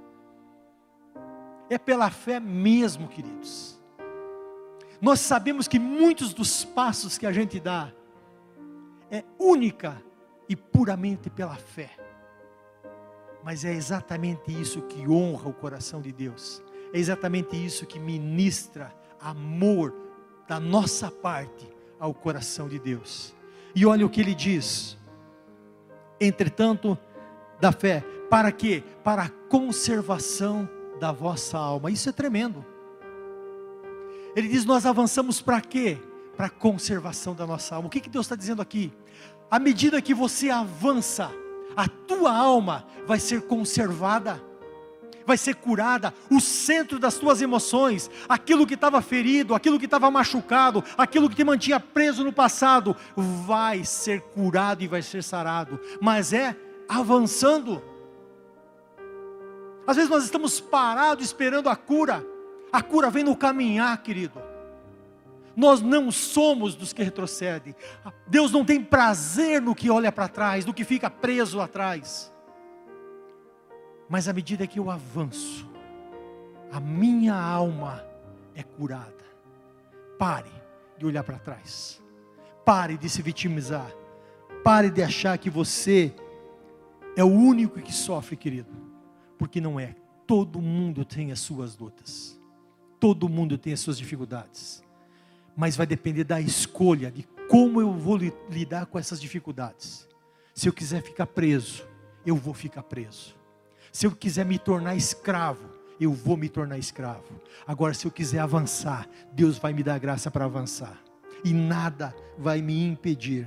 É pela fé mesmo, queridos. Nós sabemos que muitos dos passos que a gente dá é única e puramente pela fé. Mas é exatamente isso que honra o coração de Deus. É exatamente isso que ministra amor da nossa parte ao coração de Deus. E olha o que ele diz: entretanto, da fé, para quê? Para a conservação da vossa alma. Isso é tremendo. Ele diz: nós avançamos para quê? Para a conservação da nossa alma. O que Deus está dizendo aqui? À medida que você avança, a tua alma vai ser conservada, vai ser curada. O centro das tuas emoções, aquilo que estava ferido, aquilo que estava machucado, aquilo que te mantinha preso no passado, vai ser curado e vai ser sarado. Mas é avançando. Às vezes nós estamos parados esperando a cura. A cura vem no caminhar, querido. Nós não somos dos que retrocedem. Deus não tem prazer no que olha para trás, no que fica preso atrás. Mas à medida que eu avanço, a minha alma é curada. Pare de olhar para trás. Pare de se vitimizar. Pare de achar que você é o único que sofre, querido. Porque não é. Todo mundo tem as suas lutas. Todo mundo tem as suas dificuldades. Mas vai depender da escolha, de como eu vou lidar com essas dificuldades. Se eu quiser ficar preso, eu vou ficar preso. Se eu quiser me tornar escravo, eu vou me tornar escravo. Agora, se eu quiser avançar, Deus vai me dar graça para avançar. E nada vai me impedir.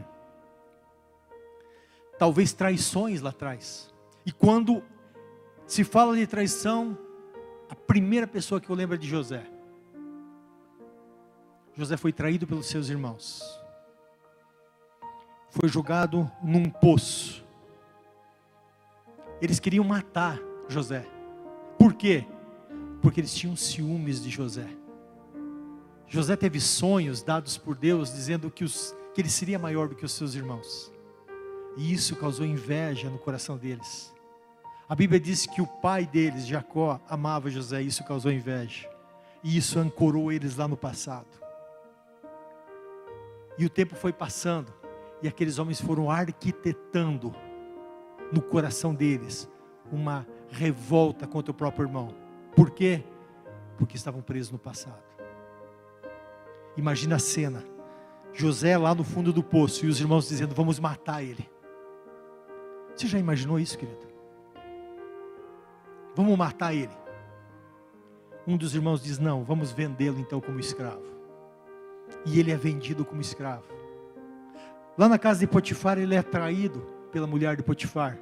Talvez traições lá atrás. E quando se fala de traição, a primeira pessoa que eu lembro é de José. José foi traído pelos seus irmãos. Foi jogado num poço. Eles queriam matar José. Por quê? Porque eles tinham ciúmes de José. José teve sonhos dados por Deus, dizendo que ele seria maior do que os seus irmãos. E isso causou inveja no coração deles. A Bíblia diz que o pai deles, Jacó, amava José, e isso causou inveja. E isso ancorou eles lá no passado. E o tempo foi passando, e aqueles homens foram arquitetando no coração deles uma revolta contra o próprio irmão. Por quê? Porque estavam presos no passado. Imagina a cena, José lá no fundo do poço, e os irmãos dizendo: vamos matar ele. Você já imaginou isso, querido? Vamos matar ele. Um dos irmãos diz: não, vamos vendê-lo então como escravo. E ele é vendido como escravo. Lá na casa de Potifar, ele é traído pela mulher de Potifar.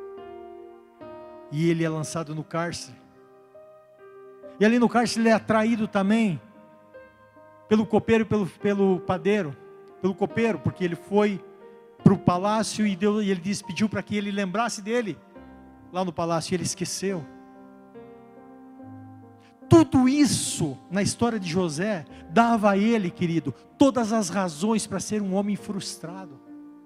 E ele é lançado no cárcere. E ali no cárcere ele é atraído também pelo copeiro e pelo padeiro. Pelo copeiro, porque ele foi para o palácio e ele pediu para que ele lembrasse dele lá no palácio, e ele esqueceu. Tudo isso na história de José dava a ele, querido, todas as razões para ser um homem frustrado,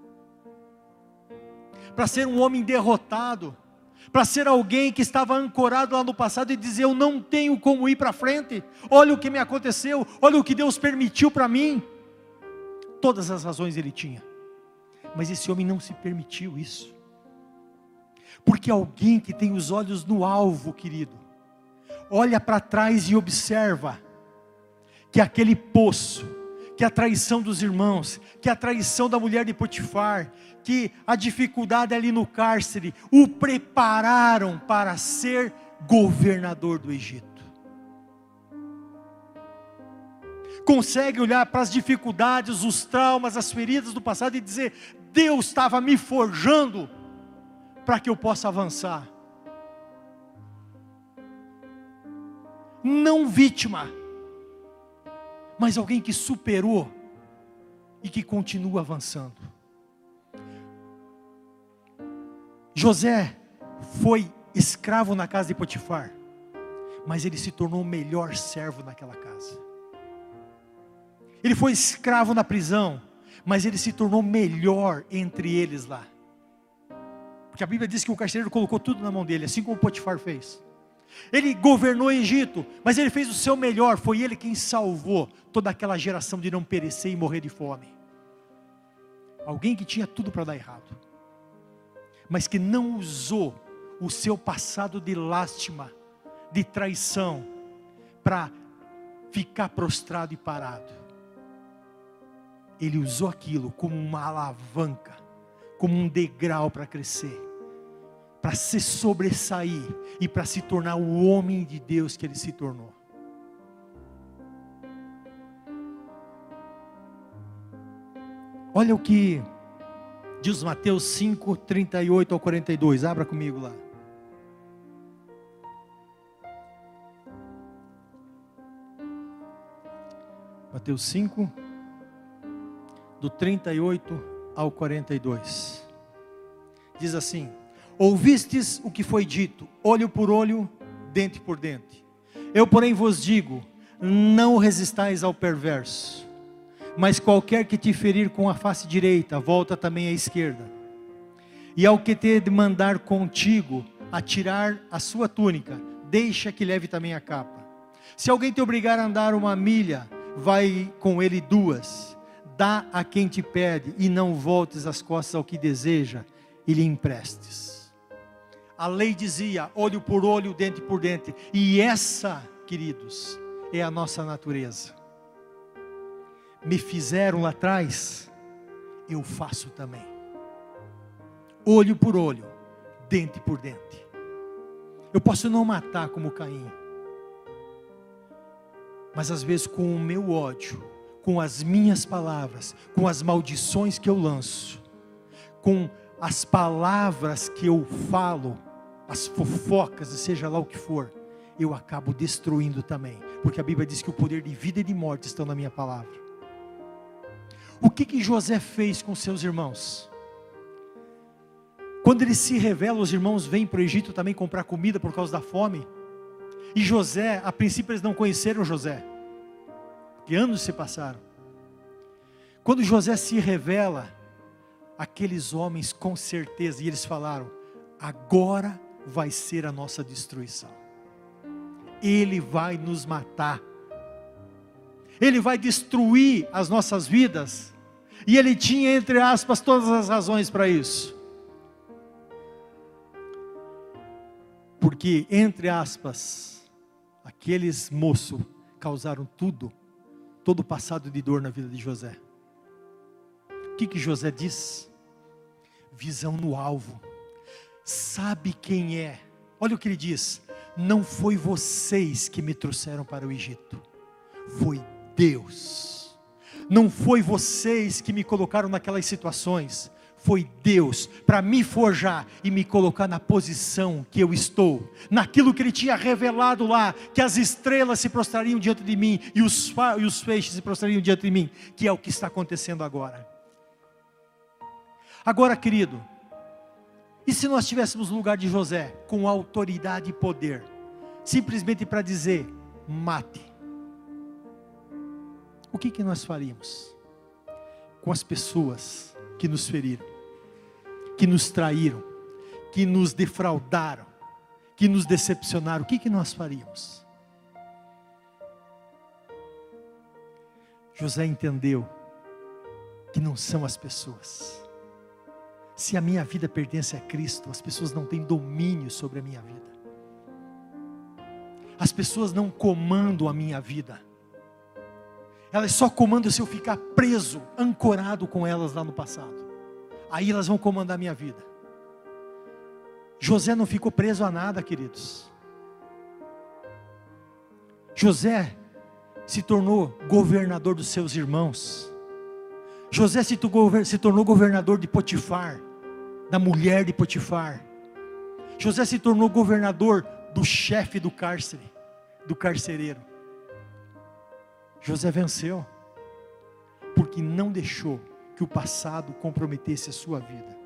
para ser um homem derrotado, para ser alguém que estava ancorado lá no passado e dizer: eu não tenho como ir para frente, olha o que me aconteceu, olha o que Deus permitiu para mim. Todas as razões ele tinha, mas esse homem não se permitiu isso, porque alguém que tem os olhos no alvo, querido, olha para trás e observa que aquele poço, que a traição dos irmãos, que a traição da mulher de Potifar, que a dificuldade ali no cárcere, o prepararam para ser governador do Egito. Consegue olhar para as dificuldades, os traumas, as feridas do passado e dizer: Deus estava me forjando para que eu possa avançar. Não vítima, mas alguém que superou e que continua avançando. José foi escravo na casa de Potifar, mas ele se tornou o melhor servo naquela casa. Ele foi escravo na prisão, mas ele se tornou melhor entre eles lá. Porque a Bíblia diz que o carcereiro colocou tudo na mão dele, assim como Potifar fez. Ele governou o Egito, mas ele fez o seu melhor. Foi ele quem salvou toda aquela geração de não perecer e morrer de fome. Alguém que tinha tudo para dar errado, mas que não usou o seu passado de lástima, de traição, para ficar prostrado e parado. Ele usou aquilo como uma alavanca, como um degrau para crescer, para se sobressair e para se tornar o homem de Deus que ele se tornou. Olha o que diz Mateus 5, 38 ao 42, abra comigo lá. Mateus 5, do 38 ao 42, diz assim: ouvistes o que foi dito, olho por olho, dente por dente. Eu porém vos digo, não resistais ao perverso, mas qualquer que te ferir com a face direita, volta também à esquerda. E ao que te demandar contigo, a tirar a sua túnica, deixa que leve também a capa. Se alguém te obrigar a andar 1 milha, vai com ele 2, dá a quem te pede, e não voltes as costas ao que deseja, e lhe emprestes. A lei dizia, olho por olho, dente por dente, e essa, queridos, é a nossa natureza. Me fizeram lá atrás, eu faço também. Olho por olho, dente por dente. Eu posso não matar como Caim, mas às vezes com o meu ódio, com as minhas palavras, com as maldições que eu lanço, com as palavras que eu falo, as fofocas, seja lá o que for, eu acabo destruindo também, porque a Bíblia diz que o poder de vida e de morte estão na minha palavra. O que José fez com seus irmãos? Quando ele se revela, os irmãos vêm para o Egito também comprar comida por causa da fome. E José, a princípio eles não conheceram José, porque anos se passaram. Quando José se revela, aqueles homens com certeza, e eles falaram, agora vai ser a nossa destruição. Ele vai nos matar. Ele vai destruir as nossas vidas. E ele tinha, entre aspas, todas as razões para isso. Porque, entre aspas, aqueles moços causaram todo o passado de dor na vida de José. O que José diz? Visão no alvo. Sabe quem é? Olha o que ele diz. Não foi vocês que me trouxeram para o Egito. Foi Deus. Não foi vocês que me colocaram naquelas situações. Foi Deus para me forjar e me colocar na posição que eu estou, naquilo que Ele tinha revelado lá, que as estrelas se prostrariam diante de mim e os feixes se prostrariam diante de mim, que é o que está acontecendo agora. Agora, querido, e se nós estivéssemos no lugar de José, com autoridade e poder, simplesmente para dizer, mate, o que nós faríamos com as pessoas que nos feriram, que nos traíram, que nos defraudaram, que nos decepcionaram? O que nós faríamos? José entendeu que não são as pessoas. Se a minha vida pertence a Cristo, as pessoas não têm domínio sobre a minha vida. As pessoas não comandam a minha vida. Elas só comandam se eu ficar preso, ancorado com elas lá no passado. Aí elas vão comandar a minha vida. José não ficou preso a nada, queridos. José se tornou governador dos seus irmãos. José se tornou governador de Potifar, da mulher de Potifar. José se tornou governador do chefe do cárcere, do carcereiro. José venceu, porque não deixou que o passado comprometesse a sua vida.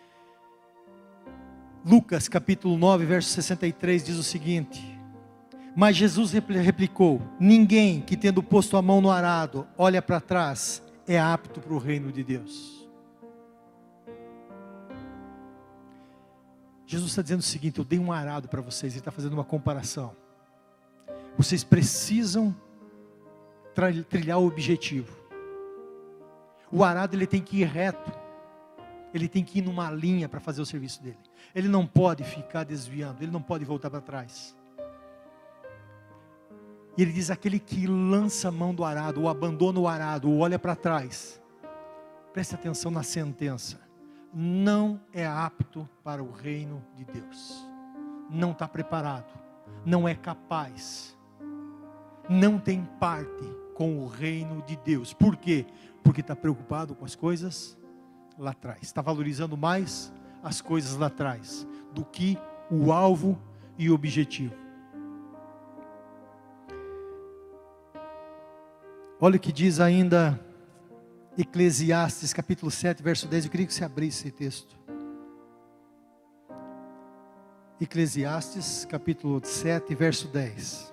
Lucas capítulo 9, verso 63 diz o seguinte: Mas Jesus replicou: ninguém que tendo posto a mão no arado, olha para trás, é apto para o reino de Deus. Jesus está dizendo o seguinte: eu dei um arado para vocês. Ele está fazendo uma comparação. Vocês precisam trilhar o objetivo. O arado ele tem que ir reto. Ele tem que ir numa linha para fazer o serviço dele. Ele não pode ficar desviando. Ele não pode voltar para trás. E ele diz: aquele que lança a mão do arado, ou abandona o arado, ou olha para trás, preste atenção na sentença, não é apto para o reino de Deus. Não está preparado, não é capaz, não tem parte com o reino de Deus. Por quê? Porque está preocupado com as coisas lá atrás, está valorizando mais as coisas lá atrás do que o alvo e o objetivo. Olha o que diz ainda Eclesiastes capítulo 7, verso 10. Eu queria que você abrisse esse texto. Eclesiastes capítulo 7, verso 10.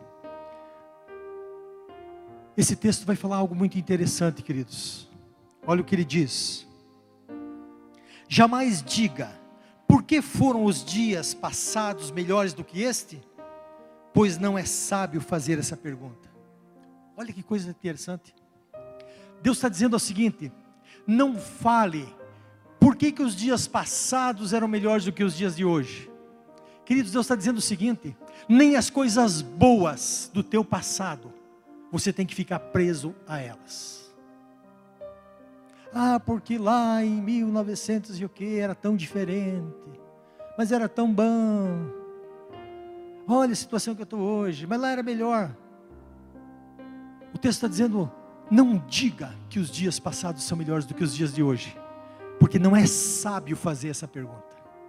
Esse texto vai falar algo muito interessante, queridos. Olha o que ele diz: jamais diga, por que foram os dias passados melhores do que este? Pois não é sábio fazer essa pergunta. Olha que coisa interessante. Deus está dizendo o seguinte: não fale por que os dias passados eram melhores do que os dias de hoje. Queridos, Deus está dizendo o seguinte: nem as coisas boas do teu passado você tem que ficar preso a elas. Ah, porque lá em 1900 e o que era tão diferente, mas era tão bom. Olha a situação que eu estou hoje, mas lá era melhor. O texto está dizendo: não diga que os dias passados são melhores do que os dias de hoje, porque não é sábio fazer essa pergunta.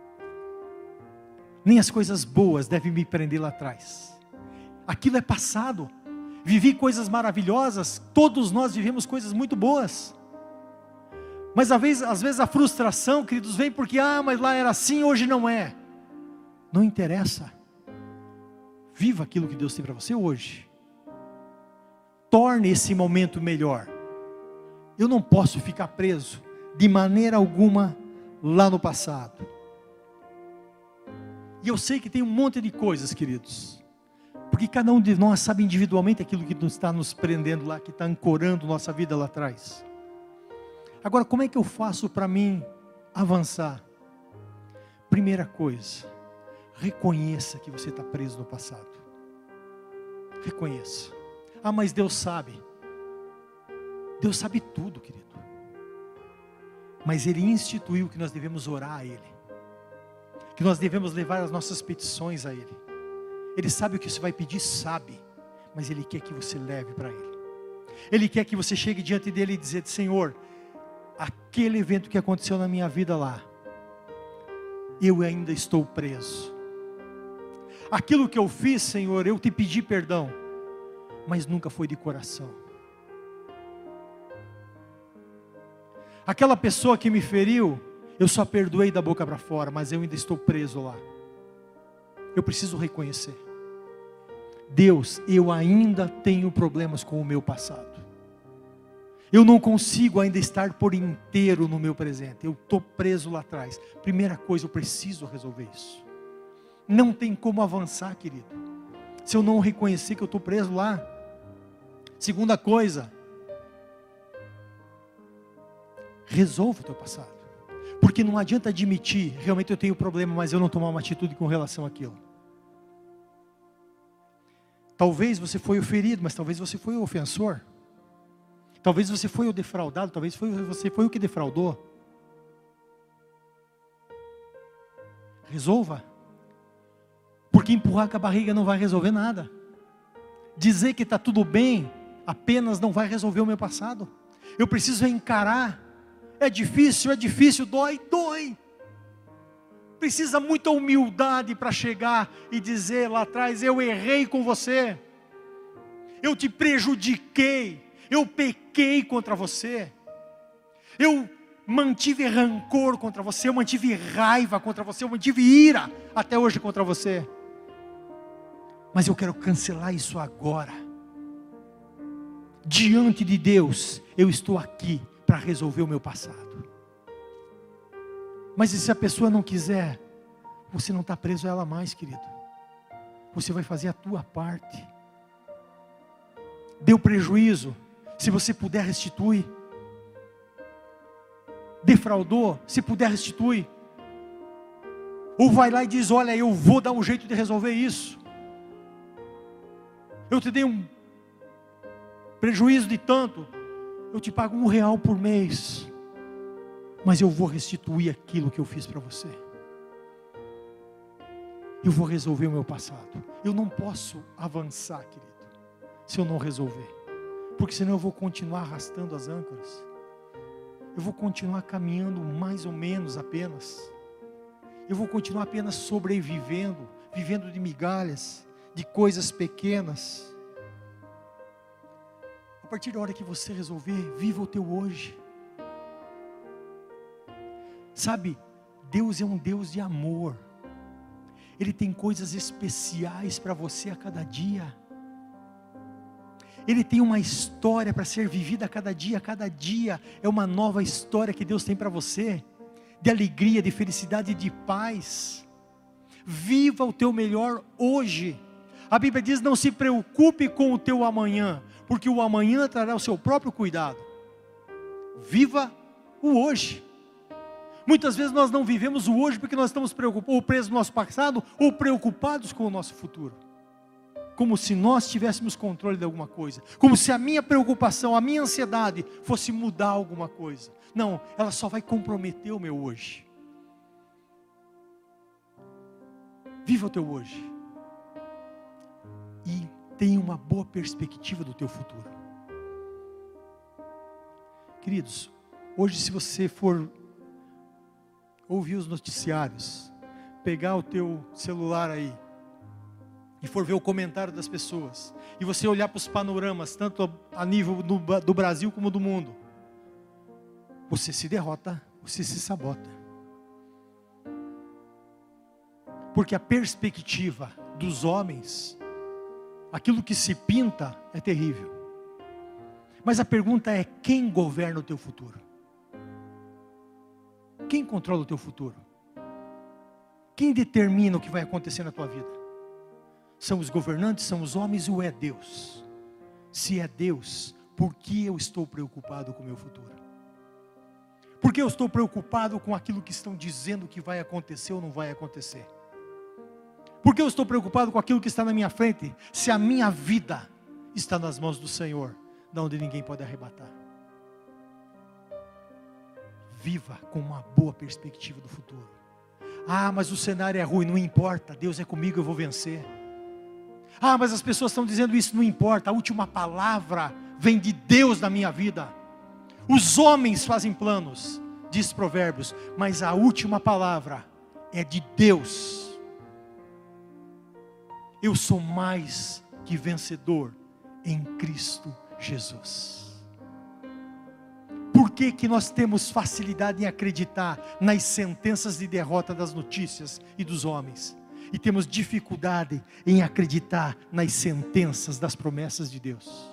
Nem as coisas boas devem me prender lá atrás. Aquilo é passado. Vivi coisas maravilhosas, todos nós vivemos coisas muito boas. Mas às vezes a frustração, queridos, vem porque mas lá era assim, hoje não é. Não interessa. Viva aquilo que Deus tem para você hoje. Torne esse momento melhor. Eu não posso ficar preso de maneira alguma lá no passado. E eu sei que tem um monte de coisas, queridos, porque cada um de nós sabe individualmente aquilo que está nos prendendo lá, que está ancorando nossa vida lá atrás. Agora, como é que eu faço para mim avançar? Primeira coisa, reconheça que você está preso no passado. Reconheça. Mas Deus sabe. Deus sabe tudo, querido. Mas Ele instituiu que nós devemos orar a Ele, que nós devemos levar as nossas petições a Ele. Ele sabe o que você vai pedir, sabe, mas Ele quer que você leve para Ele. Ele quer que você chegue diante dEle e dizer: Senhor, aquele evento que aconteceu na minha vida lá, eu ainda estou preso. Aquilo que eu fiz, Senhor, eu te pedi perdão, mas nunca foi de coração. Aquela pessoa que me feriu, eu só perdoei da boca para fora, mas eu ainda estou preso lá. Eu preciso reconhecer: Deus, eu ainda tenho problemas com o meu passado. Eu não consigo ainda estar por inteiro no meu presente. Eu estou preso lá atrás. Primeira coisa, eu preciso resolver isso. Não tem como avançar, querido, se eu não reconhecer que eu estou preso lá. Segunda coisa, resolva o teu passado. Porque não adianta admitir: realmente eu tenho problema, mas eu não tomar uma atitude com relação àquilo. Talvez você foi o ferido, mas talvez você foi o ofensor. Talvez você foi o defraudado, talvez você foi o que defraudou. Resolva. Porque empurrar com a barriga não vai resolver nada. Dizer que está tudo bem apenas não vai resolver o meu passado. Eu preciso encarar. É difícil, dói. Precisa muita humildade para chegar e dizer lá atrás: eu errei com você, eu te prejudiquei, eu pequei contra você, eu mantive rancor contra você, eu mantive raiva contra você, eu mantive ira até hoje contra você. Mas eu quero cancelar isso agora. Diante de Deus, eu estou aqui para resolver o meu passado. Mas e se a pessoa não quiser? Você não está preso a ela mais, querido. Você vai fazer a tua parte. Deu prejuízo, se você puder, restitui. Defraudou, se puder, restitui. Ou vai lá e diz: olha, eu vou dar um jeito de resolver isso. Eu te dei um prejuízo de tanto, eu te pago R$1 por mês, mas eu vou restituir aquilo que eu fiz para você. Eu vou resolver o meu passado. Eu não posso avançar, querido, se eu não resolver, porque senão eu vou continuar arrastando as âncoras. Eu vou continuar caminhando mais ou menos apenas. Eu vou continuar apenas sobrevivendo, vivendo de migalhas, de coisas pequenas. A partir da hora que você resolver, viva o teu hoje. Sabe, Deus é um Deus de amor. Ele tem coisas especiais para você a cada dia. Ele tem uma história para ser vivida a cada dia. Cada dia é uma nova história que Deus tem para você, de alegria, de felicidade e de paz. Viva o teu melhor hoje. A Bíblia diz: não se preocupe com o teu amanhã, porque o amanhã trará o seu próprio cuidado. Viva o hoje. Muitas vezes nós não vivemos o hoje porque nós estamos preocupados, ou presos no nosso passado, ou preocupados com o nosso futuro. Como se nós tivéssemos controle de alguma coisa. Como se a minha preocupação, a minha ansiedade fosse mudar alguma coisa. Não, ela só vai comprometer o meu hoje. Viva o teu hoje. E tenha uma boa perspectiva do teu futuro. Queridos, hoje se você for ouvir os noticiários, pegar o teu celular aí, e for ver o comentário das pessoas, e você olhar para os panoramas, tanto a nível do Brasil como do mundo, você se derrota, você se sabota. Porque a perspectiva dos homens, aquilo que se pinta é terrível. Mas a pergunta é: quem governa o teu futuro? Quem controla o teu futuro? Quem determina o que vai acontecer na tua vida? São os governantes, são os homens, ou é Deus? Se é Deus, por que eu estou preocupado com o meu futuro? Por que eu estou preocupado com aquilo que estão dizendo que vai acontecer ou não vai acontecer? Por que eu estou preocupado com aquilo que está na minha frente, se a minha vida está nas mãos do Senhor, de onde ninguém pode arrebatar? Viva com uma boa perspectiva do futuro. Ah, mas o cenário é ruim, não importa, Deus é comigo, eu vou vencer. Ah, mas as pessoas estão dizendo isso, não importa, a última palavra vem de Deus na minha vida. Os homens fazem planos, diz Provérbios, mas a última palavra é de Deus. Eu sou mais que vencedor em Cristo Jesus. Por que nós temos facilidade em acreditar nas sentenças de derrota das notícias e dos homens? E temos dificuldade em acreditar nas sentenças das promessas de Deus?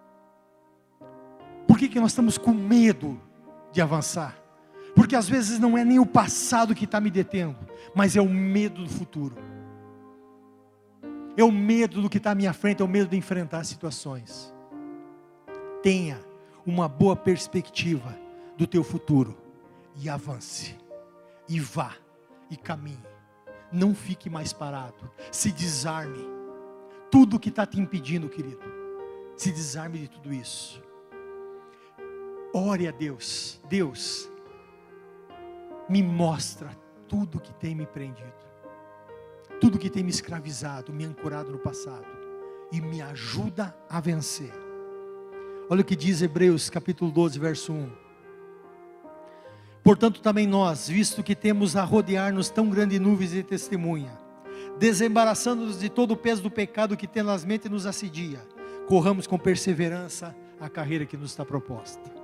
Por que nós estamos com medo de avançar? Porque às vezes não é nem o passado que está me detendo, mas é o medo do futuro. É o medo do que está à minha frente, é o medo de enfrentar situações. Tenha uma boa perspectiva do teu futuro e avance, e vá, e caminhe. Não fique mais parado, se desarme. Tudo que está te impedindo, querido, se desarme de tudo isso. Ore a Deus. Deus, me mostra tudo que tem me prendido, tudo que tem me escravizado, me ancorado no passado, e me ajuda a vencer. Olha o que diz Hebreus capítulo 12, verso 1. Portanto também nós, visto que temos a rodear-nos tão grande nuvem de testemunha, desembaraçando-nos de todo o peso do pecado que tenazmente nos assedia, corramos com perseverança a carreira que nos está proposta.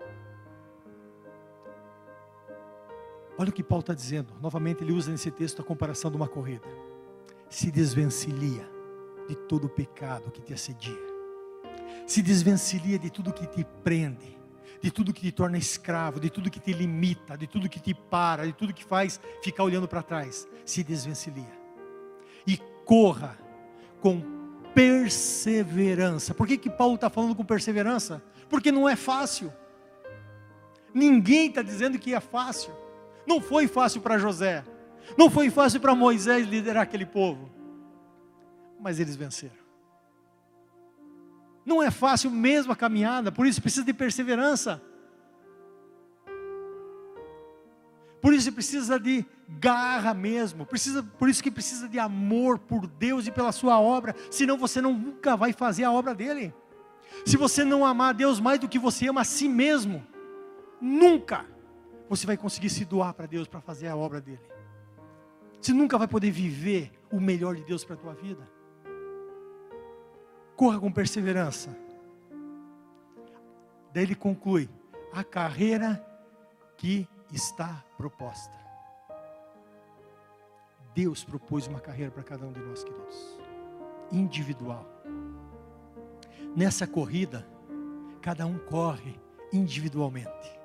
Olha o que Paulo está dizendo. Novamente ele usa nesse texto a comparação de uma corrida. Se desvencilha, de todo o pecado que te assedia. Se desvencilha de tudo que te prende, de tudo que te torna escravo, de tudo que te limita, de tudo que te para, de tudo que faz ficar olhando para trás. Se desvencilha e corra com perseverança. Por que Paulo está falando com perseverança? Porque não é fácil. Ninguém está dizendo que é fácil. Não foi fácil para José, não foi fácil para Moisés liderar aquele povo, mas eles venceram. Não é fácil mesmo a caminhada, por isso precisa de perseverança. Por isso precisa de garra mesmo, por isso que precisa de amor por Deus e pela sua obra, senão você nunca vai fazer a obra dele. Se você não amar a Deus mais do que você ama a si mesmo, nunca você vai conseguir se doar para Deus para fazer a obra dele. Você nunca vai poder viver o melhor de Deus para a tua vida. Corra com perseverança. Daí ele conclui: a carreira que está proposta. Deus propôs uma carreira para cada um de nós, queridos, individual. Nessa corrida, cada um corre individualmente.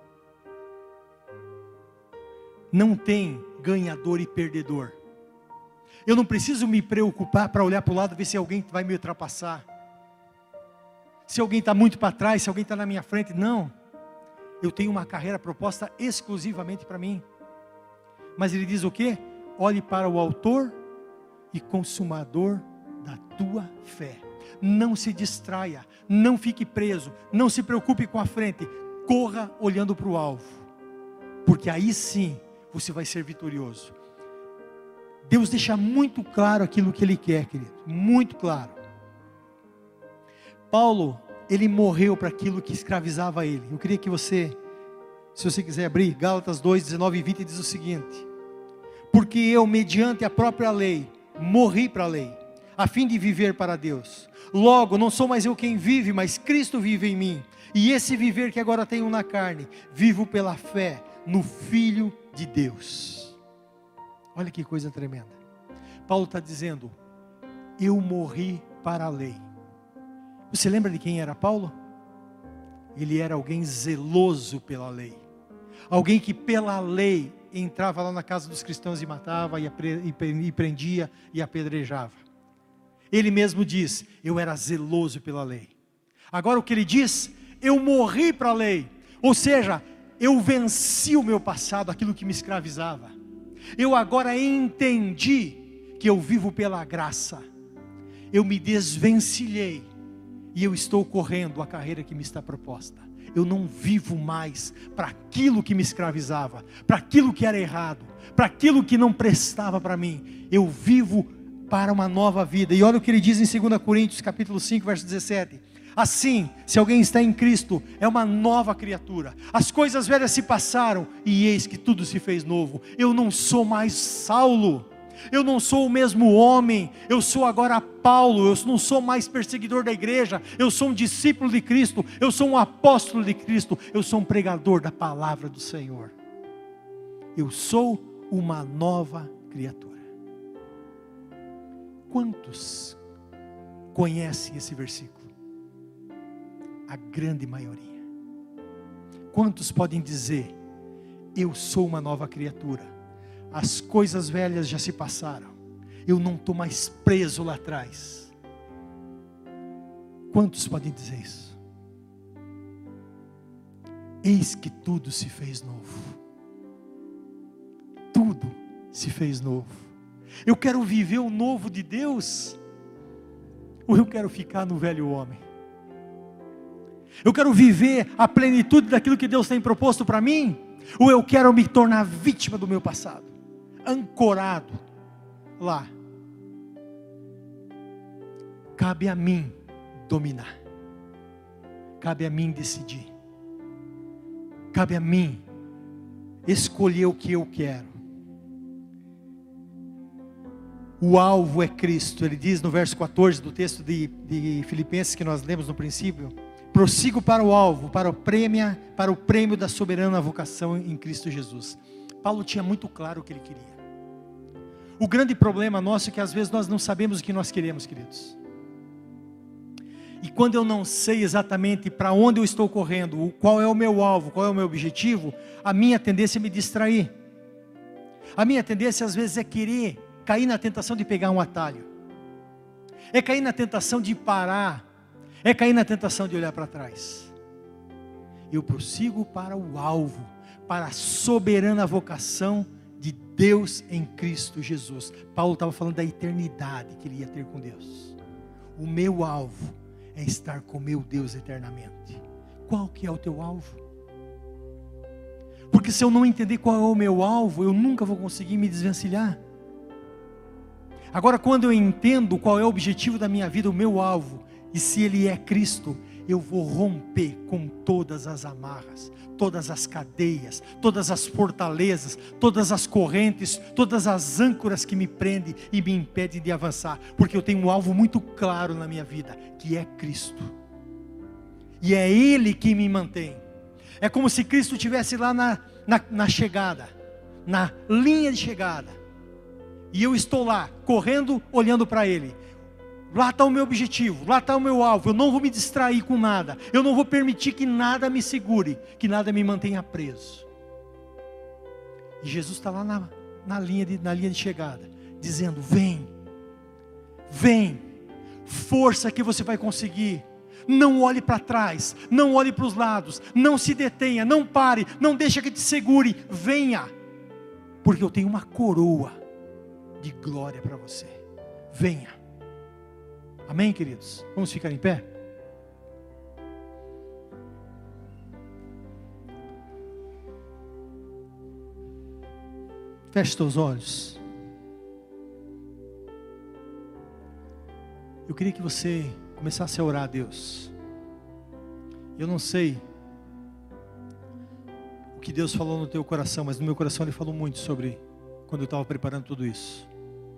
Não tem ganhador e perdedor. Eu não preciso me preocupar para olhar para o lado, ver se alguém vai me ultrapassar, se alguém está muito para trás, se alguém está na minha frente. Não, eu tenho uma carreira proposta exclusivamente para mim. Mas ele diz o quê? Olhe para o autor e consumador da tua fé. Não se distraia, não fique preso, não se preocupe com a frente, corra olhando para o alvo, porque aí sim você vai ser vitorioso. Deus deixa muito claro aquilo que Ele quer, querido, muito claro. Paulo, ele morreu para aquilo que escravizava ele. Eu queria que você, se você quiser abrir, Gálatas 2, 19 e 20, diz o seguinte: porque eu, mediante a própria lei, morri para a lei, a fim de viver para Deus. Logo, não sou mais eu quem vive, mas Cristo vive em mim. E esse viver que agora tenho na carne, vivo pela fé no Filho de Deus. Olha que coisa tremenda. Paulo está dizendo: eu morri para a lei. Você lembra de quem era Paulo? Ele era alguém zeloso pela lei. Alguém que pela lei entrava lá na casa dos cristãos e matava, e prendia e apedrejava. Ele mesmo diz: eu era zeloso pela lei. Agora o que ele diz? Eu morri para a lei. Ou seja, eu venci o meu passado, aquilo que me escravizava. Eu agora entendi que eu vivo pela graça. Eu me desvencilhei e eu estou correndo a carreira que me está proposta. Eu não vivo mais para aquilo que me escravizava, para aquilo que era errado, para aquilo que não prestava para mim. Eu vivo para uma nova vida. E olha o que ele diz em 2 Coríntios capítulo 5, verso 17. Assim, se alguém está em Cristo, é uma nova criatura. As coisas velhas se passaram e eis que tudo se fez novo. Eu não sou mais Saulo, eu não sou o mesmo homem, eu sou agora Paulo. Eu não sou mais perseguidor da igreja, eu sou um discípulo de Cristo, eu sou um apóstolo de Cristo, eu sou um pregador da palavra do Senhor. Eu sou uma nova criatura. Quantos conhecem esse versículo? A grande maioria. Quantos podem dizer: eu sou uma nova criatura, as coisas velhas já se passaram, eu não estou mais preso lá atrás? Quantos podem dizer isso? Eis que tudo se fez novo. Tudo se fez novo. Eu quero viver o novo de Deus, ou eu quero ficar no velho homem? Eu quero viver a plenitude daquilo que Deus tem proposto para mim, ou eu quero me tornar vítima do meu passado, ancorado lá? Cabe a mim dominar, cabe a mim decidir, cabe a mim escolher o que eu quero. O alvo é Cristo. Ele diz no verso 14 do texto de Filipenses que nós lemos no princípio: prossigo para o alvo, para o prêmio da soberana vocação em Cristo Jesus. Paulo tinha muito claro o que ele queria. O grande problema nosso é que às vezes nós não sabemos o que nós queremos, queridos. E quando eu não sei exatamente para onde eu estou correndo, qual é o meu alvo, qual é o meu objetivo, a minha tendência é me distrair. A minha tendência às vezes é querer cair na tentação de pegar um atalho. É cair na tentação de parar. É cair na tentação de olhar para trás. Eu prossigo para o alvo, para a soberana vocação de Deus em Cristo Jesus. Paulo estava falando da eternidade que ele ia ter com Deus. O meu alvo é estar com meu Deus eternamente. Qual que é o teu alvo? Porque se eu não entender qual é o meu alvo, eu nunca vou conseguir me desvencilhar. Agora, quando eu entendo qual é o objetivo da minha vida, o meu alvo, e se Ele é Cristo, eu vou romper com todas as amarras, todas as cadeias, todas as fortalezas, todas as correntes, todas as âncoras que me prendem e me impedem de avançar, porque eu tenho um alvo muito claro na minha vida, que é Cristo, e é Ele que me mantém. É como se Cristo estivesse lá na chegada, na linha de chegada, e eu estou lá, correndo, olhando para Ele. Lá está o meu objetivo, lá está o meu alvo. Eu não vou me distrair com nada. Eu não vou permitir que nada me segure, que nada me mantenha preso. E Jesus está lá na linha de chegada, dizendo: vem, vem, força que você vai conseguir. Não olhe para trás, não olhe para os lados, não se detenha, não pare, não deixe que te segure. Venha, porque eu tenho uma coroa de glória para você. Venha. Amém, queridos? Vamos ficar em pé? Feche teus olhos. Eu queria que você começasse a orar a Deus. Eu não sei o que Deus falou no teu coração, mas no meu coração Ele falou muito sobre quando eu estava preparando tudo isso.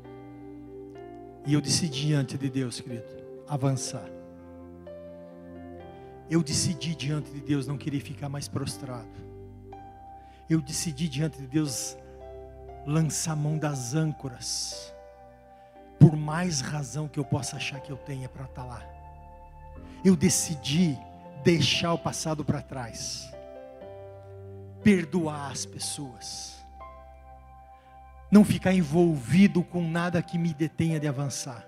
E eu decidi diante de Deus, querido, avançar. Eu decidi diante de Deus não querer ficar mais prostrado. Eu decidi diante de Deus lançar a mão das âncoras, por mais razão que eu possa achar que eu tenha para estar lá. Eu decidi deixar o passado para trás, perdoar as pessoas, não ficar envolvido com nada que me detenha de avançar.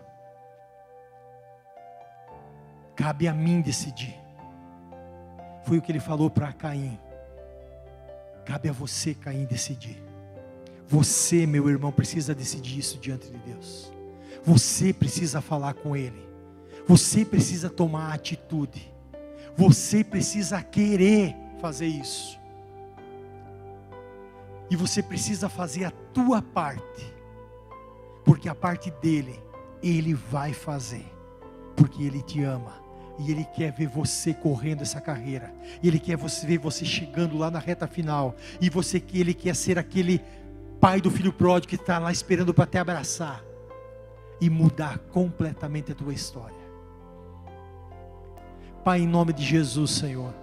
Cabe a mim decidir. Foi o que ele falou para Caim. Cabe a você, Caim, decidir. Você, meu irmão, precisa decidir isso diante de Deus. Você precisa falar com Ele. Você precisa tomar atitude. Você precisa querer fazer isso. E você precisa fazer a tua parte, porque a parte dele, Ele vai fazer, porque Ele te ama, e Ele quer ver você correndo essa carreira, e Ele quer ver você chegando lá na reta final, e Ele quer ser aquele pai do filho pródigo que está lá esperando para te abraçar, e mudar completamente a tua história. Pai, em nome de Jesus, Senhor,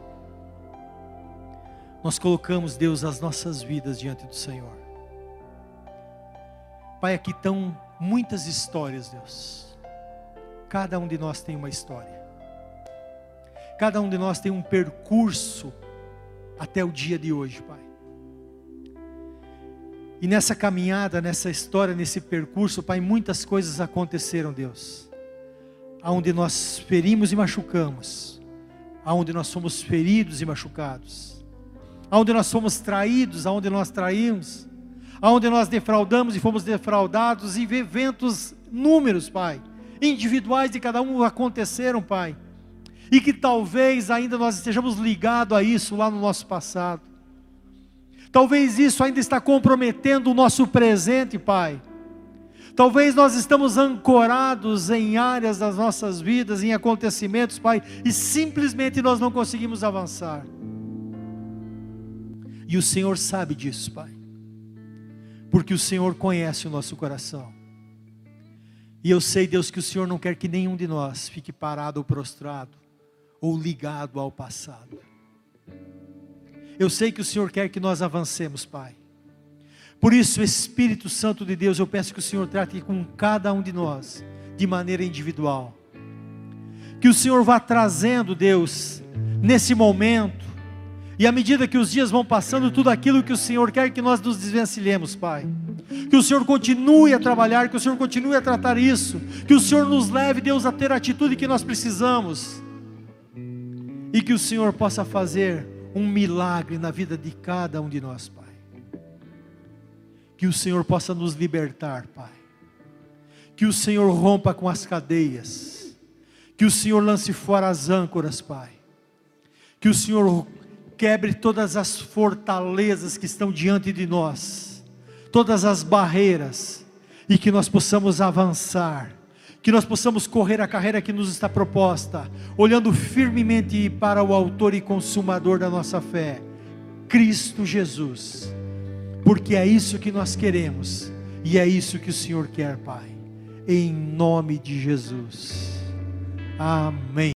nós colocamos, Deus, as nossas vidas diante do Senhor. Pai, aqui estão muitas histórias, Deus. Cada um de nós tem uma história. Cada um de nós tem um percurso até o dia de hoje, Pai. E nessa caminhada, nessa história, nesse percurso, Pai, muitas coisas aconteceram, Deus. Aonde nós ferimos e machucamos. Aonde nós somos feridos e machucados. Aonde nós fomos traídos, aonde nós traímos, aonde nós defraudamos e fomos defraudados, e eventos números, Pai, individuais de cada um aconteceram, Pai, e que talvez ainda nós estejamos ligados a isso lá no nosso passado. Talvez isso ainda está comprometendo o nosso presente, Pai. Talvez nós estamos ancorados em áreas das nossas vidas, em acontecimentos, Pai, e simplesmente nós não conseguimos avançar. E o Senhor sabe disso, Pai, porque o Senhor conhece o nosso coração. E eu sei, Deus, que o Senhor não quer que nenhum de nós fique parado ou prostrado, ou ligado ao passado. Eu sei que o Senhor quer que nós avancemos, Pai. Por isso, Espírito Santo de Deus, eu peço que o Senhor trate com cada um de nós, de maneira individual. que o Senhor vá trazendo, Deus, nesse momento, e à medida que os dias vão passando, tudo aquilo que o Senhor quer que nós nos desvencilhemos, Pai. Que o Senhor continue a trabalhar, que o Senhor continue a tratar isso, que o Senhor nos leve, Deus, a ter a atitude que nós precisamos, e que o Senhor possa fazer um milagre na vida de cada um de nós, Pai. Que o Senhor possa nos libertar, Pai. Que o Senhor rompa com as cadeias, que o Senhor lance fora as âncoras, Pai. Que o Senhor quebre todas as fortalezas que estão diante de nós, todas as barreiras, e que nós possamos avançar, que nós possamos correr a carreira que nos está proposta, olhando firmemente para o autor e consumador da nossa fé, Cristo Jesus, porque é isso que nós queremos, e é isso que o Senhor quer, Pai, em nome de Jesus, amém.